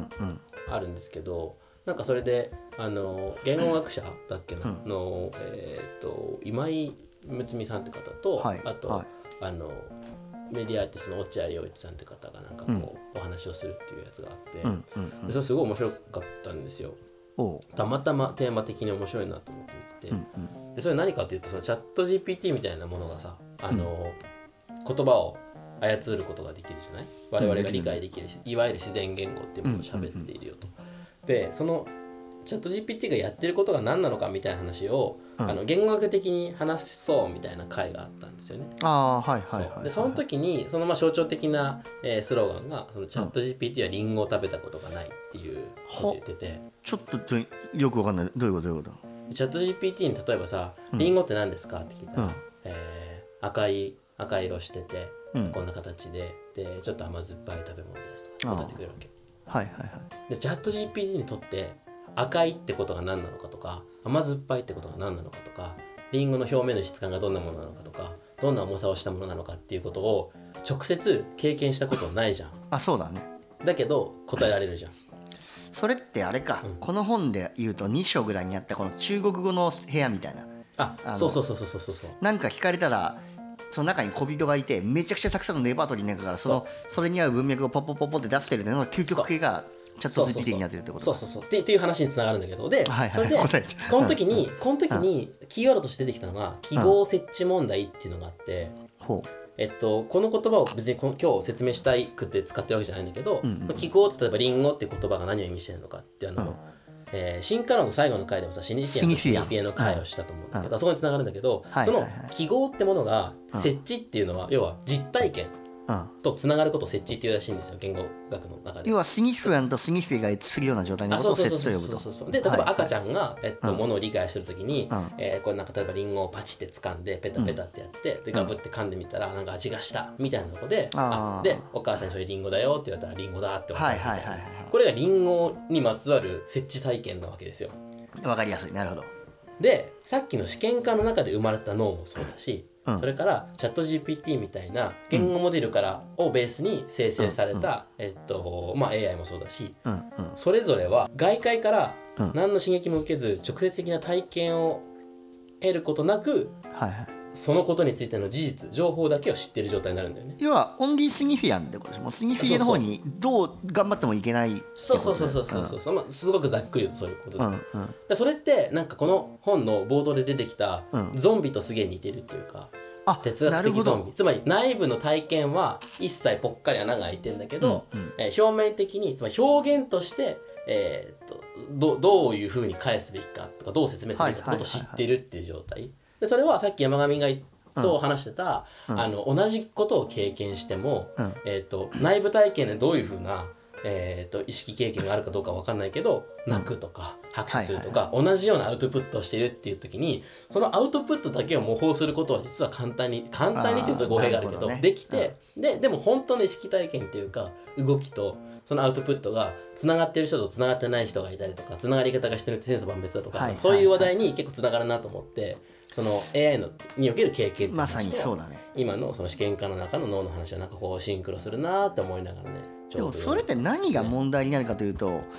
あるんですけどなんかそれであの言語学者だっけな、うん、の、えー、と今井睦美さんって方と、はい、あと、はい、あのメディアアーティストの落合陽一さんって方がなんかこう、うん、お話をするっていうやつがあって、うんうんうん、それすごい面白かったんですよ。たまたまテーマ的に面白いなと思って見てて、うんうん、でそれ何かっていうとそのチャット ジーピーティー みたいなものがさあの、うん、言葉を操ることができるじゃない。我々が理解できる、うん、いわゆる自然言語っていうものを喋っているよと、うんうんうん、でそのチャット ジーピーティー がやってることが何なのかみたいな話を、うん、あの言語学的に話そうみたいな回があったんですよね。 あはいはいはい、はい、 でその時にそのまあ象徴的な、えー、スローガンがそのチャット ジーピーティー はリンゴを食べたことがないっていうことを言ってて、 ちょっとよくわかんない。どういうことどういうこと。チャット ジーピーティー に例えばさ、うん、リンゴって何ですかって聞いたら、うんえー、赤い赤色してて、うん、こんな形ででちょっと甘酸っぱい食べ物ですとか答えてくれるわけ。 はいはいはい。 でチャット ジーピーティー にとって赤いってことが何なのかとか甘酸っぱいってことが何なのかとかリンゴの表面の質感がどんなものなのかとかどんな重さをしたものなのかっていうことを直接経験したことないじゃん。 あそうだね。 だけど答えられるじゃん。 それってあれか、うん、この本で言うとに章ぐらいにあったこの中国語の部屋みたいな。 ああそうそうそうそうそうそう。 なんか聞かれたらその中に小人がいてめちゃくちゃたくさんのレパートリーの中からその そ, それに合う文脈をポッポッポッポって出してるのの究極系がチャット ジーピーティー になってるってこと。 そうそうそうってっていう話につながるんだけどで、はいはい、それでこの時にこの時にキーワードとして出てきたのが記号設置問題っていうのがあって、うん、えっとこの言葉を別に今日説明したいくて使ってるわけじゃないんだけど、うんうん、記号って例えばリンゴっていう言葉が何を意味してるのかっていうあの、うんえー、進化論の最後の回でもさ心理事件のシニフィエの回をしたと思うんだけど、そこにつながるんだけど、はい、その記号ってものが設置っていうのは、うん、要は実体験とつながることを設置っていうらしいんですよ言語学の中で。 要はシニフィアンとシニフィが一致するような状態のことを設置と呼ぶと。 で例えば赤ちゃんが、えっと、ものを理解してるときに、うんえー、これなんか例えばリンゴをパチって掴んでペタペタってやって、うん、でガブって噛んでみたらなんか味がしたみたいなとこで、うん、あでお母さんにそれリンゴだよって言われたらリンゴだって分かるみたいな、これがリンゴにまつわる設置体験なわけですよ。 わかりやすい。なるほど。 でさっきの試験管の中で生まれた脳もそうだし、うん、それからチャット ジーピーティー みたいな言語モデルからをベースに生成された、うんえっとまあ、エーアイ もそうだし、うんうん、それぞれは外界から何の刺激も受けず直接的な体験を得ることなく、はいはい、そのことについての事実情報だけを知っている状態になるんだよね。 要はオンリーシニフィアンってことですもん。シニフィアの方にどう頑張ってもいけない。 そうそうそうそうそうそう、うんまあ、すごくざっくり言うとそういうことだ、うんうん、それってなんかこの本の冒頭で出てきたゾンビとすげえ似てるっていうか、うん、哲学的ゾンビ。つまり内部の体験は一切ぽっかり穴が開いてるんだけど、うんうんえー、表面的につまり表現として、えー、っと ど, どういうふうに返すべきかとかどう説明すべきかってことを知ってるっていう状態で、それはさっき山上が言ったと話してた、うん、あの同じことを経験しても、うんえー、と内部体験でどういうふうな、えー、と意識経験があるかどうか分かんないけど、うん、泣くとか拍手するとか、はいはいはい、同じようなアウトプットをしてるっていう時にそのアウトプットだけを模倣することは実は簡単に簡単にっていうと語弊があるけど、ね、できて、うん、で, でも本当の意識体験っていうか動きとそのアウトプットがつながってる人とつながってない人がいたりとかつながり方が人によって千差万別だとか、はいはいはい、そういう話題に結構つながるなと思って。その エーアイ のにおける経験まさにそうだね。 今のその試験管の中の脳の話はなんかこうシンクロするなって思いながらね。 でもそれって何が問題になるかというと、うん、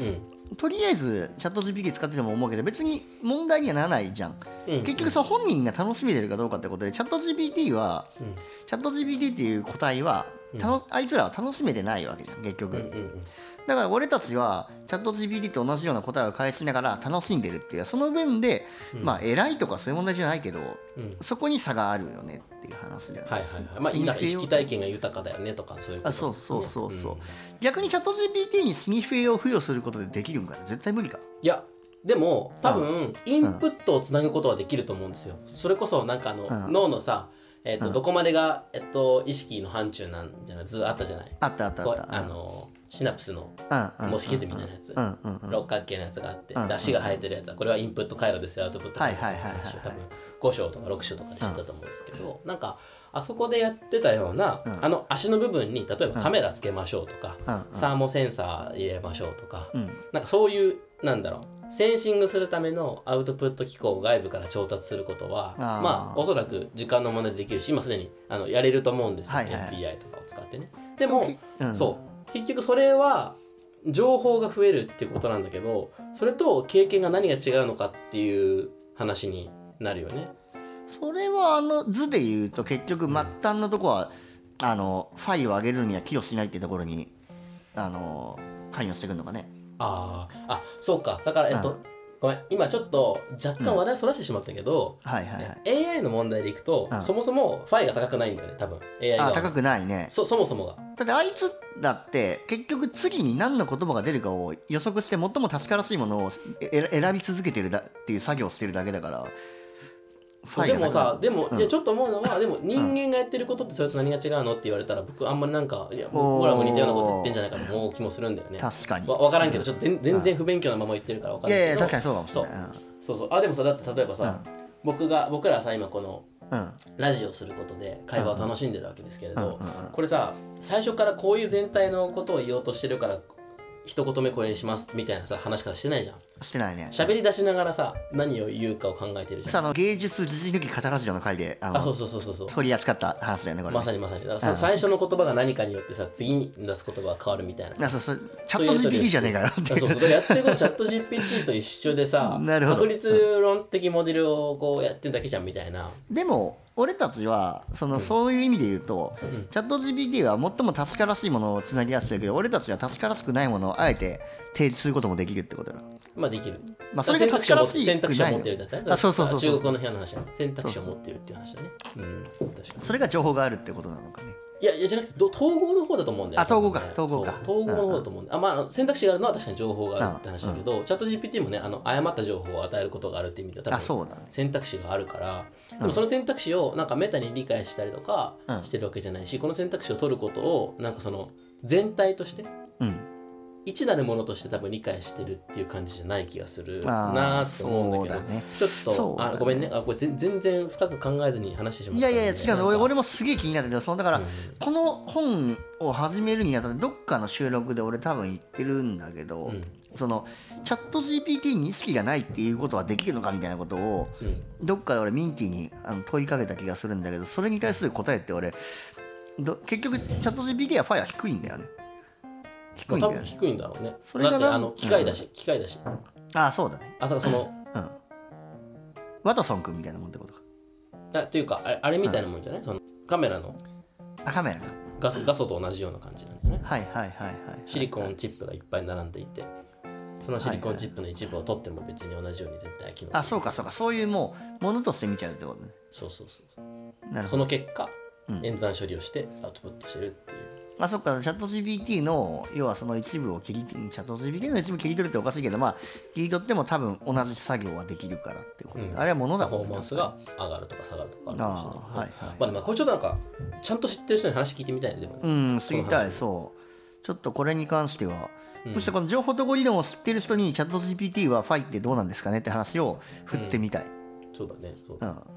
とりあえずチャット ジーピーティー 使ってても思うけど別に問題にはならないじゃん、うん、結局その本人が楽しめてるかどうかってことでチャット ジーピーティー は、うん、チャット ジーピーティー っていう個体は、うん、あいつらは楽しめてないわけじゃん結局、うんうんうん、だから俺たちはチャット ジーピーティー と同じような答えを返しながら楽しんでるっていうその分で、うん、まあ偉いとかそういう問題じゃないけど、うん、そこに差があるよねっていう話だよね。 はいはいはい。まあ意識体験が豊かだよねとかそういうこと、ね、 あそうそうそうそう、うん、逆にチャット ジーピーティー にシニフェを付与することでできるんかな絶対無理か。 いやでも多分インプットをつなぐことはできると思うんですよ。それこそなんかあの、うん、脳のさえーとうん、どこまでが、えっと、意識の範疇なんじゃないずっとあったじゃない。 あったあったあった。 あのシナプスの模式図みたいなやつ、六角形のやつがあって、出汁が生えてるやつはこれはインプット回路ですよアウトプット回路ですよって話を多分ご章とかろく章とかで知ったと思うんですけど、なんかあそこでやってたような、うん、あの足の部分に例えばカメラつけましょうとか、うん、サーモセンサー入れましょうとか、うん、なんかそういうなんだろうセンシングするためのアウトプット機構を外部から調達することはあまあおそらく時間の問題でできるし今すでにあのやれると思うんですよ、はいはいはい、エフビーアイ とかを使ってね。でも、うん、そう結局それは情報が増えるっていうことなんだけどそれと経験が何が違うのかっていう話になるよね。 それはあの図で言うと結局末端のとこは、うん、あのファイを上げるには寄与しないっていうところにあの関与してくるのかね。 ああそうかだからえっと、うん、ごめん今ちょっと若干話題をそらしてしまったけど、うんはいはいはい、エーアイ の問題でいくと、うん、そもそもファイが高くないんだよね多分 エーアイ があ高くないねそ, そもそもがだってあいつだって結局次に何の言葉が出るかを予測して最も確からしいものを選び続けてるだっていう作業をしてるだけだからでもさでも、うん、いやちょっと思うのはでも人間がやってることってそれと何が違うのって言われたら僕あんまりなんかいや僕らも似たようなこと言ってんじゃないかと思う気もするんだよね。 確かにわ分からんけどちょっと全然不勉強なまま言ってるから分からんけどいやいや確かにそうかもしれない、 うん、そうそうあでもさだって例えばさ、うん、僕が僕らはさ今この、うん、ラジオすることで会話を楽しんでるわけですけれど、これさ最初からこういう全体のことを言おうとしてるから一言目これにしますみたいなさ話からしてないじゃん。 してないね。 喋り出しながらさ何を言うかを考えてるじゃん。 あの芸術自治抜き語らずの回であのあそうそうそうそうそう取り扱った話だよねこれ。 まさにまさにだから最初の言葉が何かによってさ次に出す言葉が変わるみたいな。 そうそうチャット ジーピーティー じゃねえかよって。 そうそうやってることチャット ジーピーティー と一緒でさ確率論的モデルをこうやってるだけじゃんみたいな。 でも俺たちはその、うん、そういう意味で言うと、うん、チャット ジーピーティー は最も確からしいものをつなぎ合わせてるけど俺たちは確からしくないものをあえて提示することもできるってことだ。 まあできる。 まあそれが確からしい選択肢を持ってるやつね。 あそうそうそう中国の部屋の話は選択肢を持ってるっていう話だね。うん、確かに。 それが情報があるってことなのかね。 いやいやじゃなくて統合の方だと思うんだよ、ね。 あ統合か統合か。 統合の方だと思うんだ。あまあ選択肢があるのは確かに情報があるって話だけど、うん、チャット ジーピーティー もねあの誤った情報を与えることがあるって意味で多分選択肢があるから、うん、でもその選択肢をなんかメタに理解したりとかしてるわけじゃないし、うん、この選択肢を取ることをなんかその全体として。うん一なるものとして多分理解してるっていう感じじゃない気がするなって思うんだけど、ね、ちょっと、ね、あごめんねあこれ全然深く考えずに話してしまった。 いやいや違う俺俺もすげえ気になってるそのだから、うん、この本を始めるにあたってどっかの収録で俺多分言ってるんだけど、うん、そのチャット ジーピーティー に意識がないっていうことはできるのかみたいなことを、うん、どっかで俺ミンティにあの問いかけた気がするんだけどそれに対する答えって俺ど結局チャット ジーピーティー はファイは低いんだよね。 低いんだよね。多分低いんだろうね。それがだってあの機械だし、うん、機械だし。 ああそうだね。 あその、 うん、ワトソン君みたいなもんってことか。 あっていうかあれ、あれみたいなもんじゃない？うん、そのカメラの。 あカメラか。 ガスガソと同じような感じなんだよね。 はいはいはいはい。 シリコンチップがいっぱい並んでいて、そのシリコンチップの一部を取っても別に同じように絶対機能する。 あそうかそうかそういうもうものとして見ちゃうってことね。 そうそうそう。なるほど。その結果、うん、演算処理をしてアウトプットしてるっていう。 まあそっかチャット ジーピーティー の要はその一部を切りチャット ジーピーティー の一部切り取るっておかしいけどまあ切り取っても多分同じ作業はできるからってことで、うん、あれはものだもんね。 パフォーマンスが上がるとか下がるとかあるかもしれない。 あはいはい。 まあでもこれちょっとなんかちゃんと知ってる人に話聞いてみたいねでもね。 うん知りたいそうちょっとこれに関しては、うん、そしてこの情報統合理論を知ってる人にチャット ジーピーティー はファイってどうなんですかねって話を振ってみたい。 うん、そうだねそうだ、うん、確か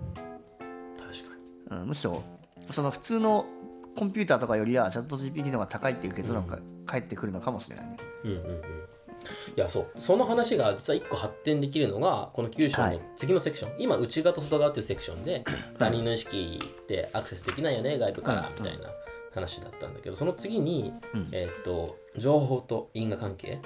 に、うん、むしろその普通のコンピューターとかよりはチャット ジーピーティー の方が高いっていう結論が返ってくるのかもしれないね。 うんうんうん。いやそうその話が実はいっこ発展できるのがこのきゅう章の次のセクション、はい、今内側と外側っていうセクションで他人の意識ってアクセスできないよね外部からみたいな話だったんだけどその次に、うん、えー、っと情報と因果関係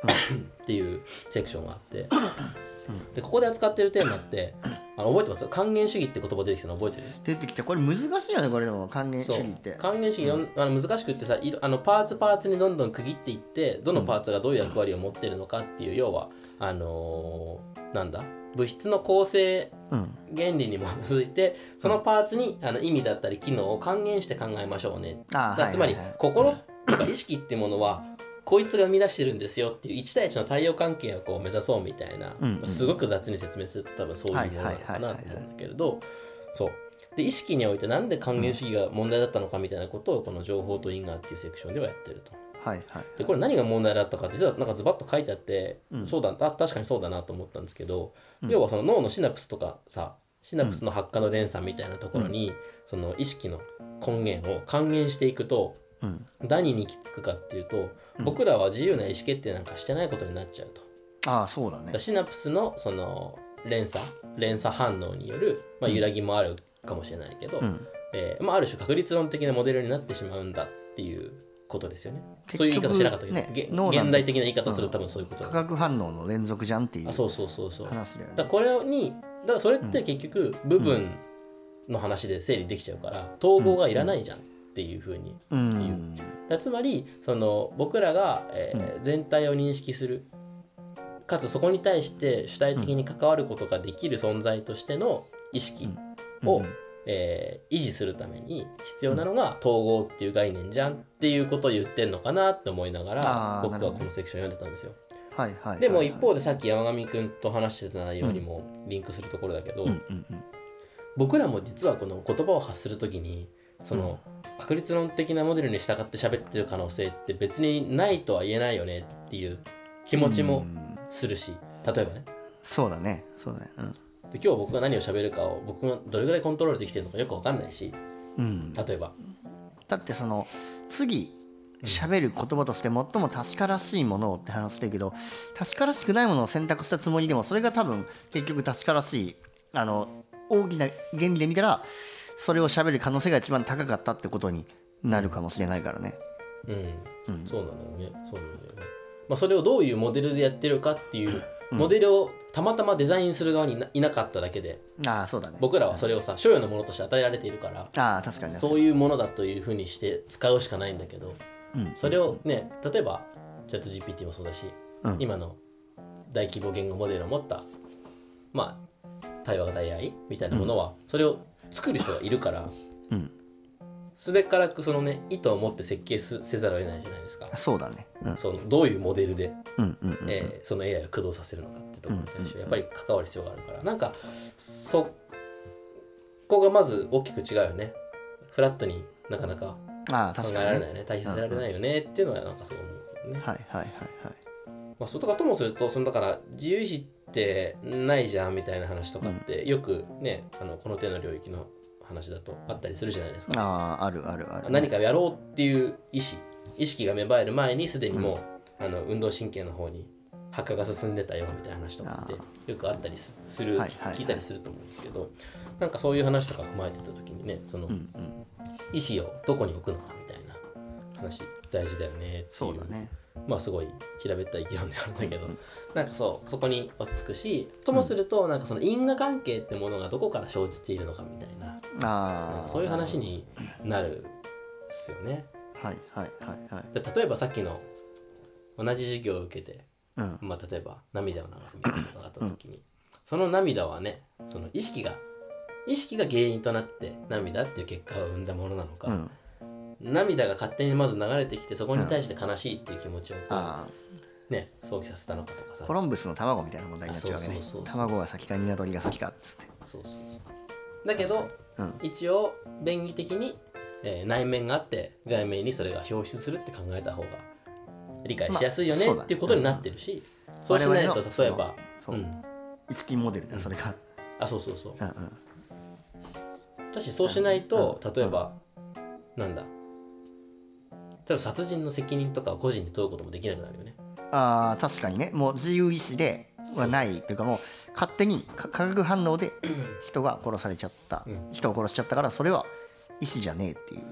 っていうセクションがあって、でここで扱ってるテーマってあの覚えてます？還元主義って言葉出てきたの覚えてる？ 出てきた。これ難しいよね、これでも還元主義って。 還元主義、うん、あの難しくってさ、あのパーツパーツにどんどん区切っていって、どのパーツがどういう役割を持ってるのかっていう、うん、要はあのー、なんだ物質の構成原理に基づいて、うん、そのパーツにあの意味だったり機能を還元して考えましょうね。だからつまり、はいはいはい、心とか意識っていうものはこいつが生み出してるんですよっていういち対いちの対応関係をこう目指そうみたいな、うんうん、すごく雑に説明すると多分そういうものなのかなと思うんだけれど、そうで意識においてなんで還元主義が問題だったのかみたいなことをこの情報と因果っていうセクションではやってると。 はいはい、 でこれ何が問題だったかって実はなんかズバッと書いてあって、うん、そうだあ確かにそうだなと思ったんですけど、うん、要はその脳のシナプスとかさシナプスの発火の連鎖みたいなところに、うん、その意識の根源を還元していくと、うん、何に行き着くかっていうと、うん、僕らは自由な意思決定なんかしてないことになっちゃうと。 ああそうだね。 シナプスのその連鎖連鎖反応による、まあ、揺らぎもあるかもしれないけど、うんえーまあ、ある種確率論的なモデルになってしまうんだっていうことですよね。そういう言い方しなかったけど、ね、現代的な言い方すると多分そういうこと、 うん、化学反応の連続じゃんっていう話だよね。 そうそうそうそう。だからこれにだからそれって結局部分の話で整理できちゃうから、統合がいらないじゃんっていうふうに言う、うんうん、つまりその僕らが、えー、全体を認識するかつそこに対して主体的に関わることができる存在としての意識を、うんうんえー、維持するために必要なのが統合っていう概念じゃんっていうことを言ってんのかなって思いながら僕はこのセクション読んでたんですよ。 はいはいはいはい、 でも一方でさっき山上くんと話してた内容にもリンクするところだけど、うんうんうんうん、僕らも実はこの言葉を発するときにその確率論的なモデルに従って喋ってる可能性って別にないとは言えないよねっていう気持ちもするし、例えばねそうだねそうだね、うん、 で今日僕が何を喋るかを僕がどれぐらいコントロールできてるのかよく分かんないし、うん、例えばだってその次喋る言葉として最も確からしいものをって話してるけど、確からしくないものを選択したつもりでもそれが多分結局確からしいあの大きな原理で見たらそれを喋る可能性が一番高かったってことになるかもしれないからね。 うん、うん、そうなんだよねそうなんだよね。まあ、それをどういうモデルでやってるかっていうモデルをたまたまデザインする側にいなかっただけで、 ああそうだね、 僕らはそれをさ所有のものとして与えられているから、 ああ確かにそういうものだというふうにして使うしかないんだけど、うん、それをね例えばチャット ジーピーティー もそうだし、うん、今の大規模言語モデルを持ったまあ対話型 エーアイ みたいなものは、うん、それを作る人がいるから、うん、それからそのね意図を持って設計せざるを得ないじゃないですか。 そうだね、 うん、そのどういうモデルで、うんうんうんうんえー、その エーアイ を駆動させるのかってところに対してやっぱり関わる必要があるから、なんかそこがまず大きく違うよね。フラットになかなか考えられないよね、対比させられないよねっていうのはなんかそう思うけどね。 はいはいはいはい。 まあ、そうとかともするとそのだから自由意志ってないじゃんみたいな話とかってよくね、あのこの手の領域の話だとあったりするじゃないですか。 あああるあるある、ね、 何かやろうっていう意思意識が芽生える前にすでにもう、うん、あの運動神経の方に発火が進んでたよみたいな話とかってよくあったりする、はいはいはい、聞いたりすると思うんですけど、なんかそういう話とか踏まえてた時にねその、うんうん、意思をどこに置くのかみたいな話大事だよねっていう、 そうだね、 まあすごい平べったい議論であるんだけど、うん、なんかそうそこに落ち着くし、ともするとなんかその因果関係ってものがどこから生じているのかみたいな、あそういう話になるんですよね。 はいはいはいはい。 で例えばさっきの同じ授業を受けて、うんまあ、例えば涙を流すみたいなことがあった時に、うん、その涙はねその意識が意識が原因となって涙っていう結果を生んだものなのか、うん涙が勝手にまず流れてきてそこに対して悲しいっていう気持ちをこう、うん、ね想起させたのかとかさ、 コロンブスの卵みたいな問題になっちゃうわけね。卵が先か鶏が先かっつって。 そうそうそうだけど、うん、一応便宜的に、えー、内面があって外面にそれが表出するって考えた方が理解しやすいよね、まあ、っていうことになってるし、そうしないと例えばそう、うん、意識モデルだそれが、 あそうそうそう、うんうん、私そうしないと、うん、例えば、うん、なんだ例えば殺人の責任とかを個人で問うこともできなくなるよね。 ああ確かにね、もう自由意志ではないというか、もう勝手に化学反応で人が殺されちゃった、うん、人を殺しちゃったからそれは意志じゃねえっていう。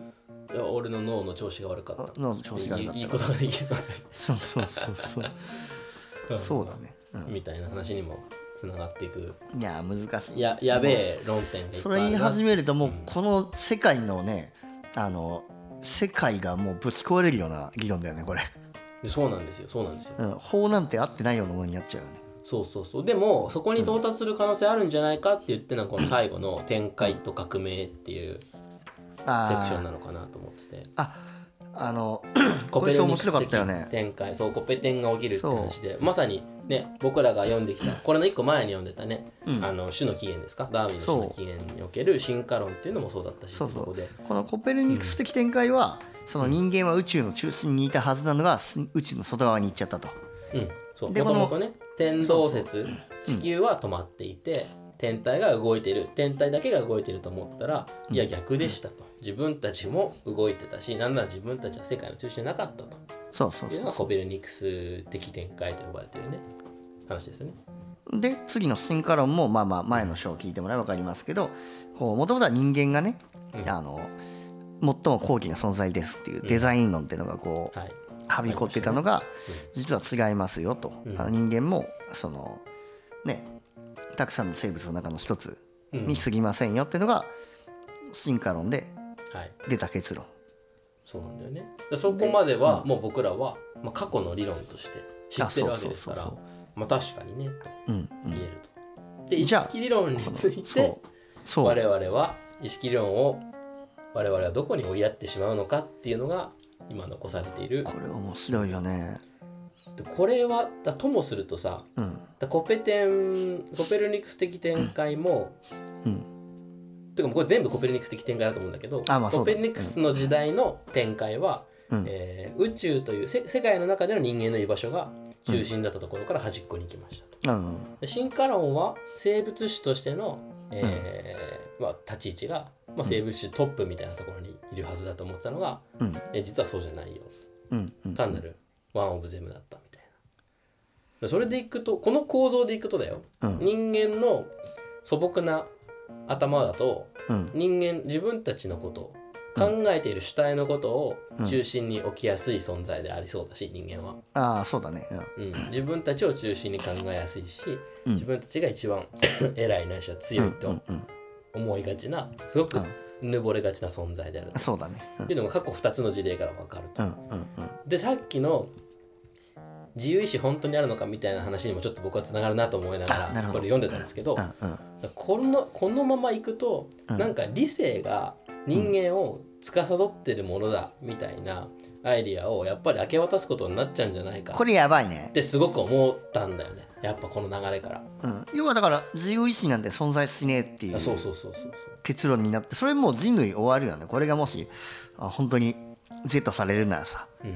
いや俺の脳の調子が悪かった、 脳の調子が悪かった、 いいことができるそうそうそうそうそうだね、 うん、みたいな話にもつながっていく。 いや難しい。 ややべえ論点がいっぱいある。 それ言い始めるともうこの世界のね、うん、あの世界がもうぶち壊れるような議論だよねこれ。 そうなんですよそうなんですよ、 うん、法なんて合ってないようなものになっちゃうよね。 そうそうそう。でもそこに到達する可能性あるんじゃないかって言ってのはこの最後の展開と革命っていうセクションなのかなと思ってて。 ああのコペルニクス的展開、そうコペテンが起きるって話で、まさにね僕らが読んできたこれの一個前に読んでたね、うん、あの種の起源ですか、ダーウィンの種の起源における進化論っていうのもそうだったし、 そうそうここのコペルニクス的展開は、うん、その人間は宇宙の中心にいたはずなのが宇宙の外側に行っちゃったと。 うん、そうもともとね天動説、地球は止まっていて、うん、天体が動いてる、天体だけが動いてると思ってたら、いや逆でしたと、自分たちも動いてたし、なんなら自分たちは世界の中心じゃなかったと、 そうそうそういうのがコペルニクス的展開と呼ばれてるね話ですよね。 で次の進化論もまあまあ前の章を聞いてもらえば分かりますけど、もともとは人間がね、うん、あの最も高貴な存在ですっていうデザイン論っていうのがこう、うんはい、はびこってたのが、ねうん、実は違いますよと、うん、あの人間もそのねたくさんの生物の中の一つに過ぎませんよっていうのが進化論で出た結論、はい、 そうなんだよね。そこまではもう僕らは、まあ、過去の理論として知ってるわけですから、まあ確かにねと言えると、うんうん、で意識理論について我々は意識理論を我々はどこに追いやってしまうのかっていうのが今残されている。 これ面白いよね。 これはだともするとさ、うん、だコペテンコペルニクス的展開も、うん、てかこれ全部コペルニクス的展開だと思うんだけど、まあ、コペルニクスの時代の展開は、うんえー、宇宙という世界の中での人間の居場所が中心だったところから端っこに行きましたと、うん、で進化論は生物種としての、えーまあ、立ち位置が、まあ、生物種トップみたいなところにいるはずだと思ってたのが、うんえー、実はそうじゃないよ、うんうん、単なるワンオブゼムだったみたいな。それでいくとこの構造でいくとだよ、うん、人間の素朴な頭だと、うん、人間自分たちのこと考えている主体のことを中心に置きやすい存在でありそうだし、人間はああそうだね、 うん、自分たちを中心に考えやすいし、うん、自分たちが一番偉いないしは強いと思いがちな、すごくぬぼれがちな存在であると、 そうだね、 うん、っていうのが過去ふたつの事例から分かると、うんうんうん、でさっきの自由意志本当にあるのかみたいな話にもちょっと僕はつながるなと思いながらこれ読んでたんですけど、うんうん、この、このままいくと、うん、なんか理性が人間を司ってるものだみたいなアイディアをやっぱり明け渡すことになっちゃうんじゃないか、 これやばいねってすごく思ったんだよね、やっぱこの流れから、 うん、要はだから自由意志なんて存在しねえっていう結論になって、それもう人類終わるよね。これがもしあ本当に Z されるならさ、うん、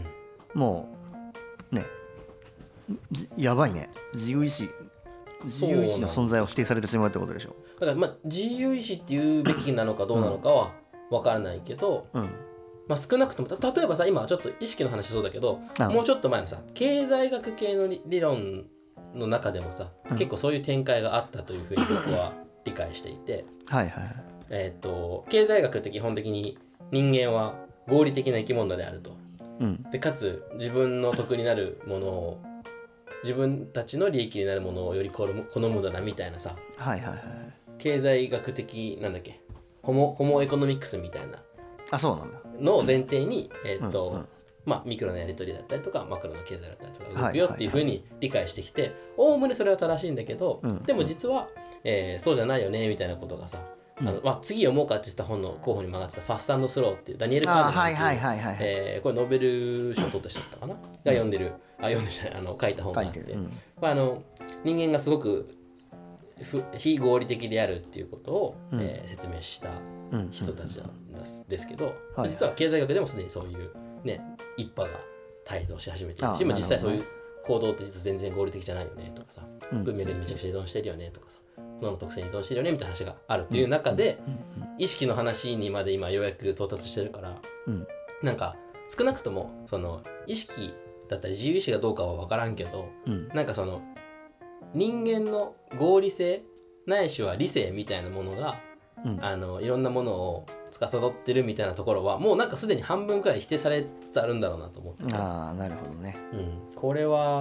もうねやばいね、自由意志自由意志の存在を否定されてしまうってことでしょ。 だからまあ自由意志って言うべきなのかどうなのかは分からないけど、うんまあ、少なくとも例えばさ今ちょっと意識の話そうだけど、うん、もうちょっと前のさ経済学系の 理, 理論の中でもさ、うん、結構そういう展開があったというふうに僕は理解していてはいはい、えー、と経済学って基本的に人間は合理的な生き物であると、うん、でかつ自分の得になるものを自分たちの利益になるものをより好むのだなみたいなさ、はいはいはい、経済学的なんだっけホモ、ホモエコノミックスみたいなあそうなんだのを前提に、えーとうんうんまあ、ミクロのやり取りだったりとかマクロの経済だったりとか動くよっていうふうに理解してきておおむねそれは正しいんだけど、うん、でも実は、えー、そうじゃないよねみたいなことがさ、うんあのまあ、次読もうかって言った本の候補にも上がってたファスト&スローっていうダニエル・カーネマンっていうこれノーベル賞取った人だったかな、うん、が読んでるあ読んでじゃないあの書いた本があって、うんまあ、あの人間がすごく非合理的であるっていうことを、うんえー、説明した人たちなんですですけど、うん、実は経済学でもすでにそういう、ね、一派が帯同し始めているし、実際そういう行動って実は全然合理的じゃないよねとかさ、うん、文脈にめちゃくちゃ依存してるよねとかさ、脳の特性に依存してるよねみたいな話があるっていう中で、うんうん、意識の話にまで今ようやく到達してるから、うん、なんか少なくともその意識だったり自由意志がどうかは分からんけど、うん、なんかその人間の合理性ないしは理性みたいなものが、うん、あのいろんなものを司ってるみたいなところはもうなんかすでに半分くらい否定されつつあるんだろうなと思って。 ああなるほどね、 うん、これは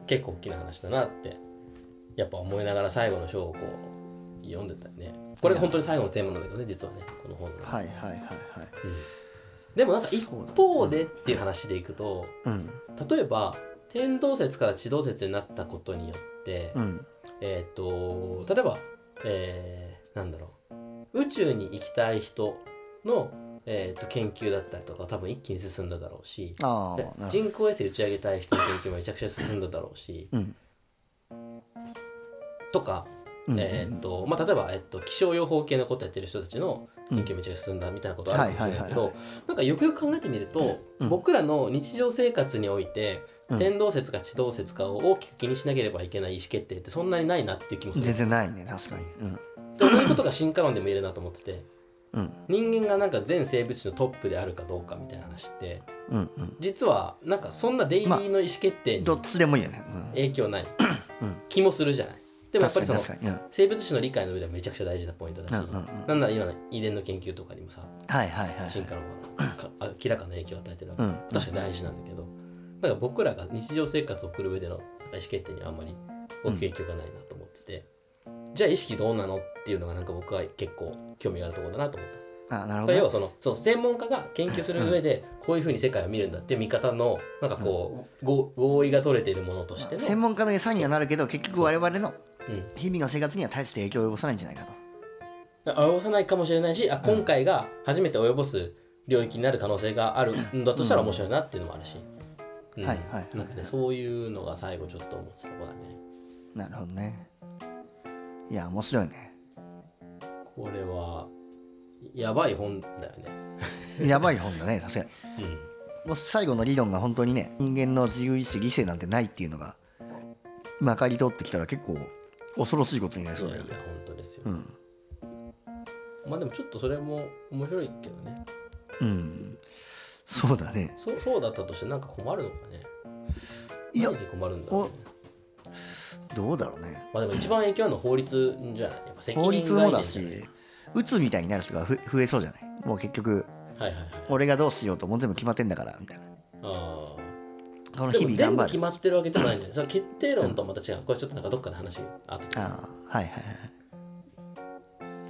結構大きな話だなってやっぱ思いながら最後の章をこう読んでたよね。これが本当に最後のテーマなんだけどね、実はね、この本の。 はいはいはいはい、うん、 でもなんか一方でっていう話でいくと、うん、例えば天動説から地動説になったことによって、うん、えっと例えば、えー、なんだろう、宇宙に行きたい人の、えー、と研究だったりとか多分一気に進んだだろうし、人工衛星打ち上げたい人の研究もめちゃくちゃ進んだだろうし、うん、とか、えーとまあ、例えば、えー、と気象予報系のことやってる人たちの研究めちゃくちゃ進んだみたいなことあるかもしれないけど、なんかよくよく考えてみると、うん、僕らの日常生活において、うん、天動説か地動説かを大きく気にしなければいけない意思決定ってそんなにないなっていう気もする。 全然ないね、確かに。うん、 でこういうことが進化論でも言えるなと思ってて、うん、人間がなんか全生物のトップであるかどうかみたいな話って、うんうん、実はなんかそんなデイリーの意思決定に、 まあ、どっちでもいいよね、 影響ない気もするじゃない。でもやっぱりその生物史の理解の上ではめちゃくちゃ大事なポイントだし、うんうんうん、なんなら今の遺伝の研究とかにもさ、はいはいはいはい、進化論が明らかな影響を与えてるわけ、うん、確かに大事なんだけど、なんか僕らが日常生活を送る上での意思決定にはあんまり大きい影響がないなと思ってて、うん、じゃあ意識どうなのっていうのがなんか僕は結構興味があるところだなと思った。 あ、なるほど。 要はその、その専門家が研究する上でこういうふうに世界を見るんだっていう見方のなんかこう、うん、合意が取れているものとしての、 専門家の餌にはなるけど結局我々の日々の生活には大して影響を及ぼさないんじゃないかと。 及ぼさないかもしれないし、あ、今回が初めて及ぼす領域になる可能性があるんだとしたら面白いなっていうのもあるし、うん、はいはい、なんかね、そういうのが最後ちょっと思ってたところだね。 なるほどね。いや面白いね。 これはやばい本だよね。やばい本だね、確かに、うん、もし最後の理論が本当にね、人間の自由意志理性なんてないっていうのがまかり通ってきたら結構恐ろしいことになりそうだよね。 いやいや本当ですよ、うん、まあでもちょっとそれも面白いけどね。 うん、そうだね。 そ う, そうだったとしてなんか困るのかね。いや何で困るんだろうね。 どうだろうね。 まあでも一番影響あるのは法律じゃない。やっぱ責任法律もだし、うつみたいになる人がふ増えそうじゃない。もう結局、はいはいはい、俺がどうしようともう全部決まってんだからみたいな。あこの日々頑張る。全部決まってるわけでもないんだよね。その決定論とはまた違う、うん、これちょっとなんかどっかの話があった。 ああ、はいはいはい。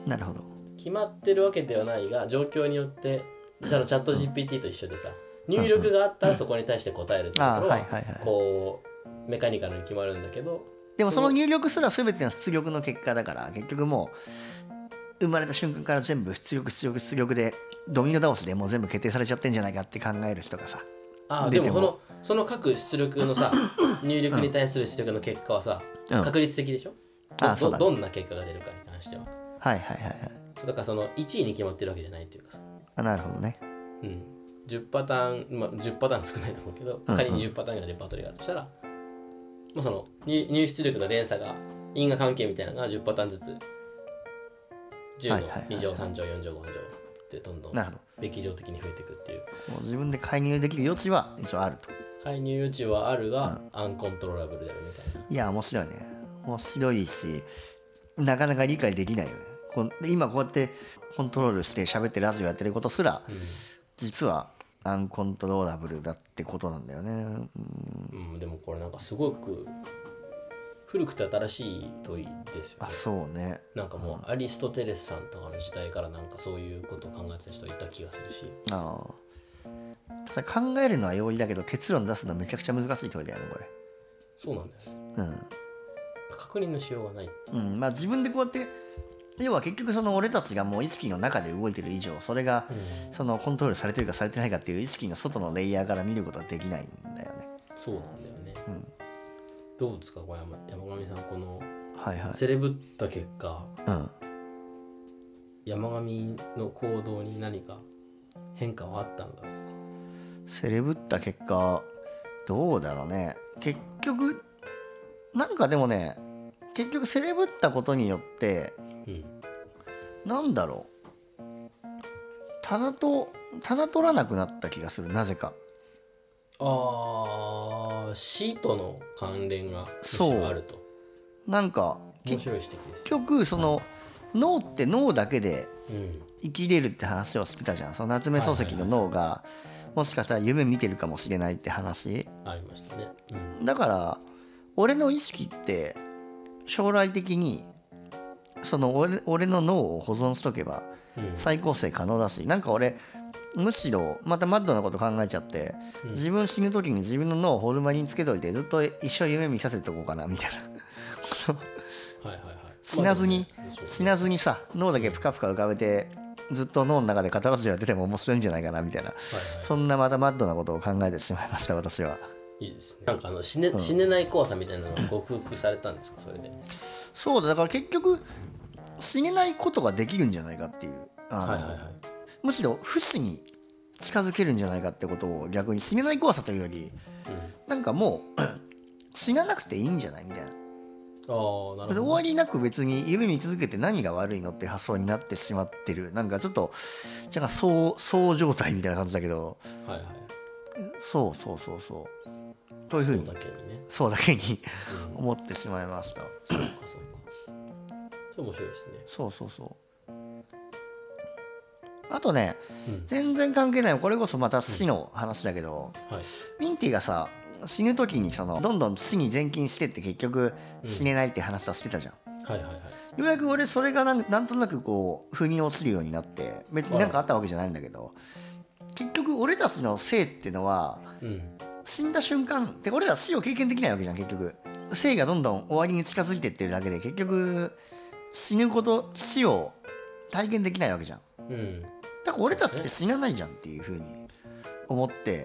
なるほど。 決まってるわけではないが、状況によってそのチャット ジーピーティー と一緒でさ、入力があったらそこに対して答えるってところはこうメカニカルに決まるんだけど、 でもその入力すら全ての出力の結果だから、結局もう生まれた瞬間から全部出力出力出力でドミノ倒しでもう全部決定されちゃってんじゃないかって考える人がさ、 あでもそのその各出力のさ入力に対する出力の結果はさ、うん、確率的でしょ、うん、あ ど, どんな結果が出るかに関しては。 はいはいはいはい。 だからそのいちいに決まってるわけじゃないっていうかさ。 あ、なるほどね。 うん。じゅっパターン、まあ、じゅっパターン少ないと思うけど、仮にじゅっパターンがレパートリーがあるとしたら、まあ、その入出力の連鎖が因果関係みたいなのがじゅっパターンずつじゅうのに乗さん乗よん乗ご乗ってどんどんべき乗的に増えていくっていう。 もう自分で介入できる余地は一応あると。 介入余地はあるが、うん、アンコントローラブルであるみたいな。 いや面白いね。面白いしなかなか理解できないよね。こ今こうやってコントロールして喋ってラジオやってることすら、うん、実はアンコントローラブルだってことなんだよね、うんうん、でもこれなんかすごく古くて新しい問いですよね。 あ、そうね。 なんかもうアリストテレスさんとかの時代からなんかそういうことを考えてた人いた気がするし。 ああ、ただ考えるのは容易だけど結論出すのはめちゃくちゃ難しい問いだよねこれ。 そうなんだよ、うん、確認のしようがないって、 うん、まあ自分でこうやって要は結局その俺たちがもう意識の中で動いてる以上、それがそのコントロールされてるかされてないかっていう意識の外のレイヤーから見ることはできないんだよね。 そうなんだよね、うん、どうですか小山山上さん、このセレブった結果、はいはい、うん、山上の行動に何か変化はあったんだろうか。 セレブった結果どうだろうね。結局なんかでもね、結局セレブったことによってうん、なんだろう、棚と棚取らなくなった気がする、なぜか。 ああ、死との関連がむしろあると。 なんか面白い指摘です。 結局その、はい、脳って脳だけで生きれるって話をしてたじゃん。その夏目漱石の脳がもしかしたら夢見てるかもしれないって話ありましたね、 うん、だから俺の意識って将来的にその 俺, 俺の脳を保存しとけば再構成可能だし、うん、なんか俺むしろまたマッドなこと考えちゃって、うん、自分死ぬ時に自分の脳をホルマリンつけといてずっと一生夢見させておこうかなみたいなはいはい、はい、死なずに、まあね、死なずにさ脳だけプカプカ浮かべてずっと脳の中で語らせてやってても面白いんじゃないかなみたいな、はいはい、そんなまたマッドなことを考えてしまいました私は。 いいですね。なんかあの 死ね、うん、死ねない怖さみたいなのを克服されたんですかそれで。 そうだ、だから結局死ねないことができるんじゃないかっていう、あの、はいはいはい、むしろ不死に近づけるんじゃないかってことを逆に死ねない怖さというより、うん、なんかもう死ななくていいんじゃないみたいな。あ、なるほど。終わりなく別に夢見続けて何が悪いのって発想になってしまってる。なんかちょっとじゃあそうそう状態みたいな感じだけど、はいはい、そうそうそうそうというふうにそうだけにね、そうだけに思ってしまいました。そうかそうか。それ面白いですね。 そうそうそう。あとね、うん、全然関係ない、これこそまた死の話だけど、うん、はい、ミンティがさ死ぬ時にそのどんどん死に前進してって結局死ねないって話はしてたじゃん、うん、はいはいはい。ようやく俺それがなんなんとなくこう腑に落ちるようになって、別になんかあったわけじゃないんだけど、結局俺たちの生っていうのは、うん、死んだ瞬間って俺ら死を経験できないわけじゃん。結局生がどんどん終わりに近づいてってるだけで結局死ぬこと死を体験できないわけじゃん、うん、だから俺たちって死なないじゃんっていう風に思って、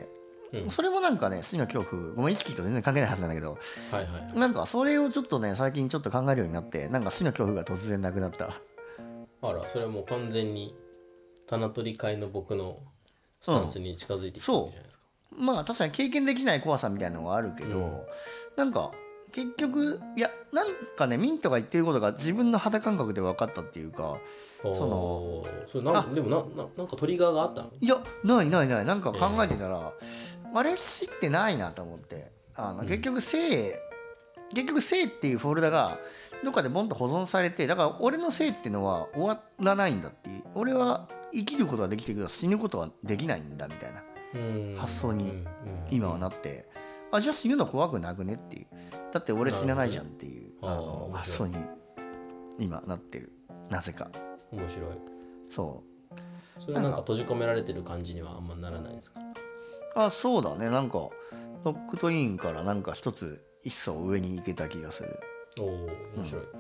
うん、それもなんかね死の恐怖、ごめん意識と全然関係ないはずなんだけど、はいはい、なんかそれをちょっとね最近ちょっと考えるようになって、なんか死の恐怖が突然なくなった。 あら、それはもう完全に棚取り会の僕のスタンスに近づいてきてるじゃないですか、 うん、まあ確かに経験できない怖さみたいなのはあるけど、うん、なんか結局いやなんかねミントが言ってることが自分の肌感覚で分かったっていうか、そのそれなんでも な, な, なんかトリガーがあったの？ いやないないない、なんか考えてたら、えー、あれ死ってないなと思って、あの結局生、うん、結局生っていうフォルダがどっかでボンと保存されて、だから俺の生っていうのは終わらないんだっていう、俺は生きることはできてるけど死ぬことはできないんだみたいな発想に今はなって、あじゃあ死ぬの怖くなくねっていう、だって俺死なないじゃんっていうあの発想に今なってる、なぜか。 面白い。 そうそれはなんか閉じ込められてる感じにはあんまならないですか？ あ、そうだね、なんかドッグトイーンからなんか一つ一層上に行けた気がする。 おお面白い、うん、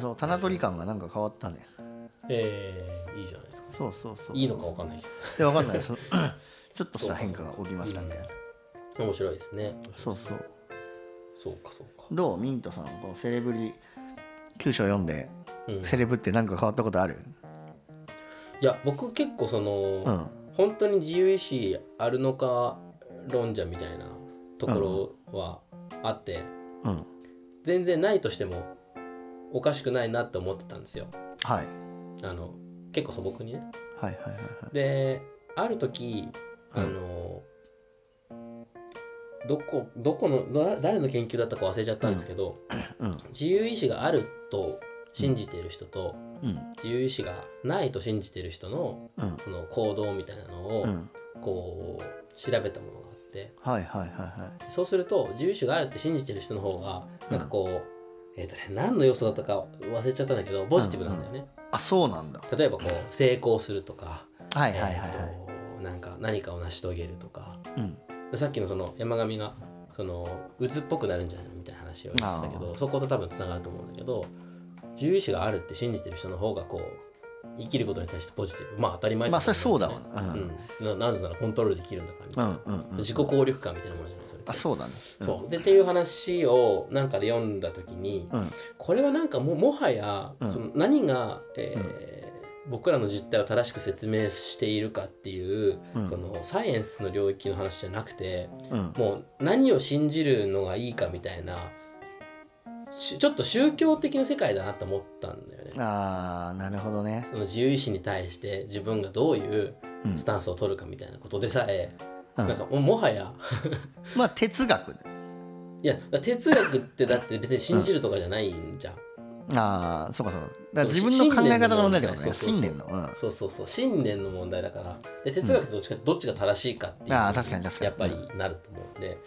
そう棚取り感がなんか変わったね。 えー、いいじゃないですか。 そうそうそう、 いいのか分かんないけどいや分かんないですちょっとした変化が起きましたみたいな。 面白いですね。 そうそうそうかそうか。 どうミントさん、このセレブリきゅう章読んで、うん、セレブって何か変わったことある？ いや僕結構その、うん、本当に自由意志あるのか論者みたいなところはあって、うん、全然ないとしてもおかしくないなって思ってたんですよ。はい。あの結構素朴にね。はいはいはいはい。である時あの、うん、どこどこの誰の研究だったか忘れちゃったんですけど、うんうん、自由意志があると信じている人と、うん、自由意志がないと信じている人の、うん、その行動みたいなのを、うん、こう調べたものがあって、はいはいはいはい、そうすると自由意志があるって信じている人の方がなんかこう、うん、えーとね、何の要素だったか忘れちゃったんだけどポジティブなんだよね、うんうん、 あ、そうなんだ。 例えばこう成功するとか、 はいはいはいはい、 えーと、なんか何かを成し遂げるとか、うん、でさっきのその山上がその鬱っぽくなるんじゃないのみたいな話を言ってたけど、そこと多分つながると思うんだけど、自由意志があるって信じてる人の方がこう生きることに対してポジティブ、まあ当たり前だ、ね、 まあそれそうだわ、 うんうん、な, なぜならコントロールできるんだからみたいな、うんうんうん、自己効力感みたいなものじゃないそれって。 あ、そうだね、 うん、そうでっていう話をなんかで読んだ時に、うん、これはなんか も, もはや、うん、その何が、えーうん、僕らの実態を正しく説明しているかっていう、うん、そのサイエンスの領域の話じゃなくて、うん、もう何を信じるのがいいかみたいなちょっと宗教的な世界だなと思ったんだよね。 あー、なるほどね。 その自由意志に対して自分がどういうスタンスを取るかみたいなことでさえ、うん、なんかも, もはやまあ哲学いや哲学ってだって別に信じるとかじゃないんじゃん、 うん、ああ、そうかそうか。だから自分の考え方の問題だからね。信念の、うん、 そうそうそう、信念の問題だから。で哲学ってどっちか、うん、どっちが正しいかっていう、 あ、確かに確かに、 やっぱりなると思うんで、